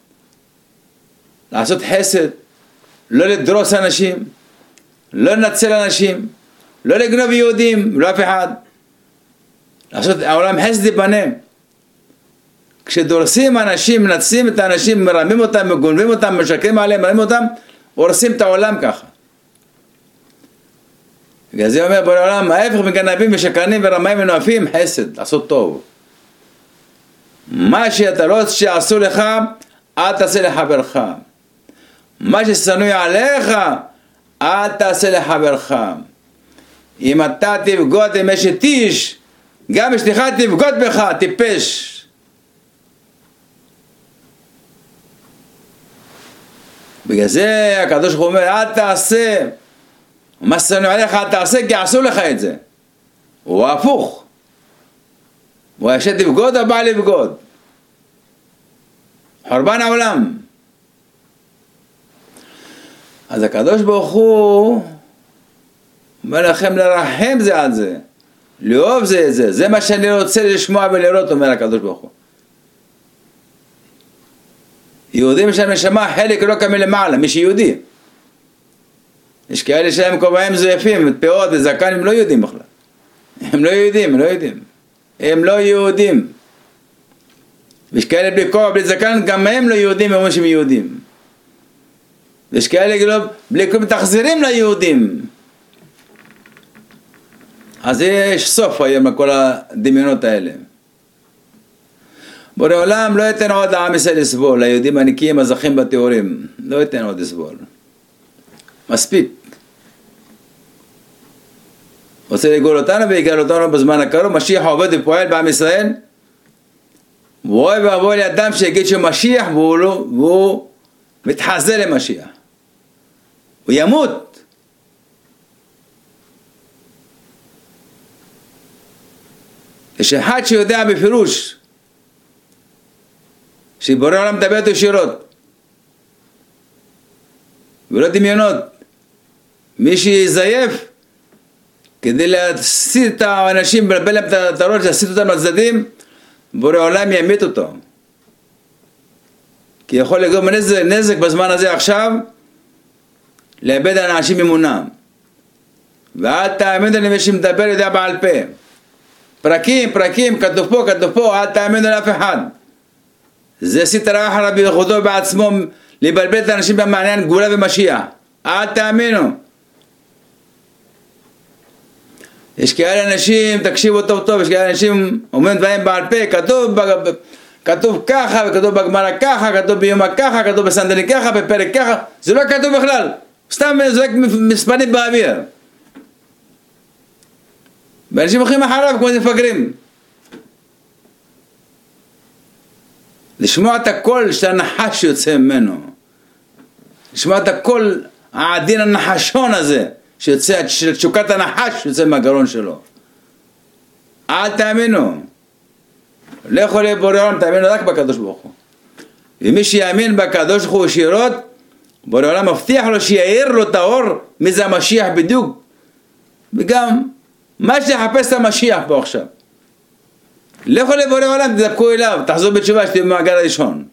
לעשות חסד, לא לדרוס אנשים, לא לנצל אנשים, לא לגנוב יהודים, לא אף אחד. לעשות העולם חסד ייבנה. כשדורסים אנשים, מנצלים את האנשים, מרמים אותם, מגונבים אותם, משקרים עליהם, מרמים אותם, הורסים את העולם ככה. בגלל זה אומר בורא עולם, ההפך מגנבים ושקרנים ורמאים ונואפים, חסד, לעשות טוב. מה שאתה לא רוצה שעשו לך, אל תעשה לחברך. מה ששנוא עליך, אל תעשה לחברך. אם אתה תבגוד עם אשת איש, גם אשתך תבגוד בך, טיפש. בגלל זה הקדוש ברוך הוא אומר, אל תעשה. מה ששנוא עליך, אל תעשה, כי עשו לך את זה. הוא הפוך. הוא אשת תבגוד, הבא לבגוד. חורבן העולם. אז הקדוש ברוך הוא אומר לכם לרחם זה על זה, לאהוב זה את זה, זה מה שאני רוצה לשמוע ולראות, אומר הקדוש ברוך הוא. יהודים יש להם נשמה חלק לא כמי למעלה, מי שיהודי. יש כאלה שלהם כובעים זויפים, פאות וזקן, הם לא יהודים בכלל. הם לא יהודים, הם לא יהודים. הם לא יהודים. ויש כאלה בלי כובע, בלי זקן, גם הם לא יהודים, הם אומרים שהם יהודים. ויש כאלה בלי כלום תחזירים ליהודים. אז יש סוף היום לכל הדמיונות האלה. בורא עולם לא ייתן עוד לעם ישראל לסבול, ליהודים הנקיים הזכים בתיאורים, לא ייתן עוד לסבול. מספיק. רוצה לגאול אותנו ויגאל אותנו בזמן הקרוב. משיח עובד ופועל בעם ישראל, ואוי ואבוי לאדם שיגיד שהוא משיח והוא, לא, והוא מתחזה למשיח, הוא ימות. יש אחד שיודע בפירוש שבורא העולם מדבר איתו ישירות ולא דמיונות. מי שיזייף כדי להסיט את האנשים ולבלבל להם את הראש, להסיט אותם לצדדים, בורא עולם ימית אותו, כי יכול לגרום נזק, נזק בזמן הזה עכשיו לאבד אנשים אמונם. ואל תאמינו למי שמדבר יודע בעל פה, פרקים פרקים כתוב פה כתוב פה, אל תאמינו לאף אחד. זה סתר אחר רבי יחודו בעצמו, לבלבל את האנשים במעניין גאולה ומשיח. אל תאמינו. יש כאלה אנשים, תקשיבו טוב טוב, יש כאלה אנשים אומרים דברים בעל פה, כתוב כתוב ככה, וכתוב בגמרא ככה, כתוב ביומא ככה, כתוב בסנדלין ככה, בפרק ככה. זה לא כתוב בכלל, סתם זורק מספרים באוויר. ואנשים הולכים אחריו כמו מפגרים. לשמוע את הקול של הנחש שיוצא ממנו, לשמוע את הקול העדין הנחשון הזה שיוצא, של תשוקת הנחש שיוצא מהגרון שלו. אל תאמינו. לכו לבורא עולם, תאמינו רק בקדוש ברוך הוא. ומי שיאמין בקדוש ברוך הוא ישירות, בורא עולם מבטיח לו שיאיר לו את האור מי זה המשיח בדיוק. וגם מה שתחפש את המשיח פה עכשיו. לכו לבורא עולם, תדבקו אליו, תחזור בתשובה שתהיו במעגל הראשון.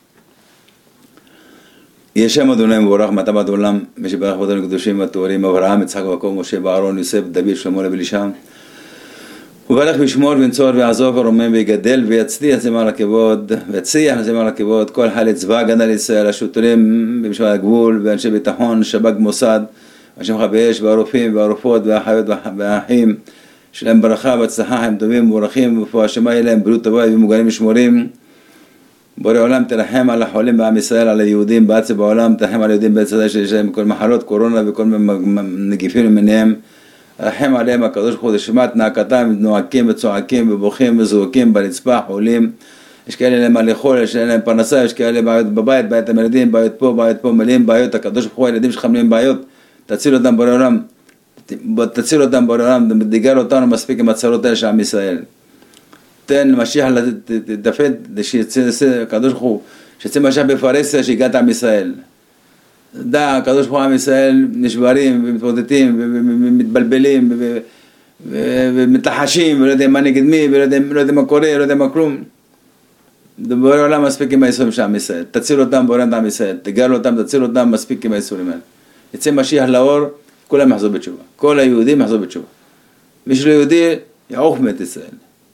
יהיה שם אדוני מבורך מטבת עולם, מי שברך אותנו קדושים והטהורים, אברהם, יצחק ויעקב, משה ואהרון, יוסף, דוד, שלמה ובליעל. וברך וישמור וינצור ויעזוב ורומם ויגדל ויצליח למען הכבוד, ויצליח למען הכבוד כל חיילי צבא הגנה לישראל, השוטרים במשמר הגבול ואנשי ביטחון, שב"כ מוסד, אנשי מכבי אש והרופאים והרופאות והאחיות והאחים, שלהם ברכה והצלחה, הם טובים ומבורכים, ורפואה שלמה יהיה להם בריאות טובה ומוגנים ושמורים. בורא עולם תרחם על החולים בעם ישראל, על היהודים בארץ ובעולם, תרחם על היהודים בארץ ישראל שיש להם כל מחלות קורונה וכל נגיפים למיניהם. רחם עליהם הקדוש ברוך הוא, שמעת נאקתם נועקים וצועקים ובוכים וזועקים ברצפה, חולים יש כאלה להם מה לאכול, יש להם פרנסה, יש כאלה בעיות בבית, בעיות עם ילדים, בעיות פה, בעיות פה, מלאים בעיות, הקדוש ברוך הוא, הילדים שלך מלאים בעיות, תציל אותם בורא עולם, תציל אותם בורא עולם, תגאל אותנו מספיק עם הצרות האלה של עם ישראל. תן למשיח, תדפת, שיצא הקדוש ברוך הוא, שיצא משיח בפרהסיה שהגעת עם ישראל. דע, הקדוש ברוך הוא עם ישראל נשברים ומתמודדים ומתבלבלים ומתלחשים ולא יודעים מה נגד מי ולא יודעים מה קורה, לא יודעים מה כלום. בורא עולם מספיק עם האיסורים של עם ישראל, תציל אותם בורא עם ישראל, תגאל אותם, תציל אותם מספיק עם האיסורים האלה. יצא משיח לאור, כולם יחזור בתשובה, כל היהודים יחזור בתשובה. מי שלא יהודי יעוף מת ישראל.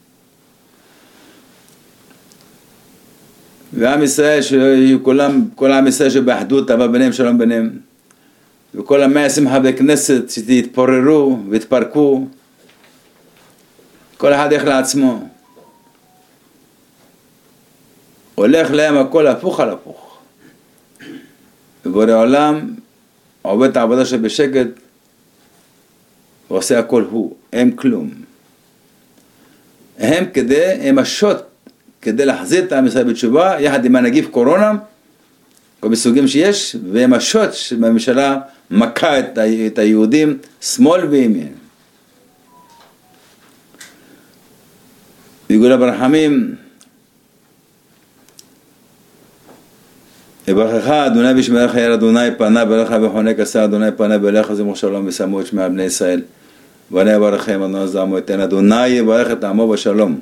ועם ישראל, שכולם, כל עם ישראל שבאחדות, אהבה ביניהם, שלום ביניהם, וכל המאה עשרים חברי כנסת שיתפוררו והתפרקו, כל אחד איך לעצמו. הולך להם הכל הפוך על הפוך. ובורא עולם עובד את העבודה שבשקט, ועושה הכל הוא, הם כלום. הם כדי, הם השוט, כדי להחזיר את עם ישראל בתשובה, יחד עם הנגיף קורונה, כל מסוגים שיש, והם השוט שבממשלה מכה את, את היהודים, שמאל וימין. ויגאל ברחמים, יברכך אדוני וישמרך יאר אדוני פנה ברך וחונק עשה אדוני פנה בלך זמור שלום ושמו את שמי על בני ישראל. ואני אברכם אדוני זעמו אתן אדוני יברך את עמו בשלום.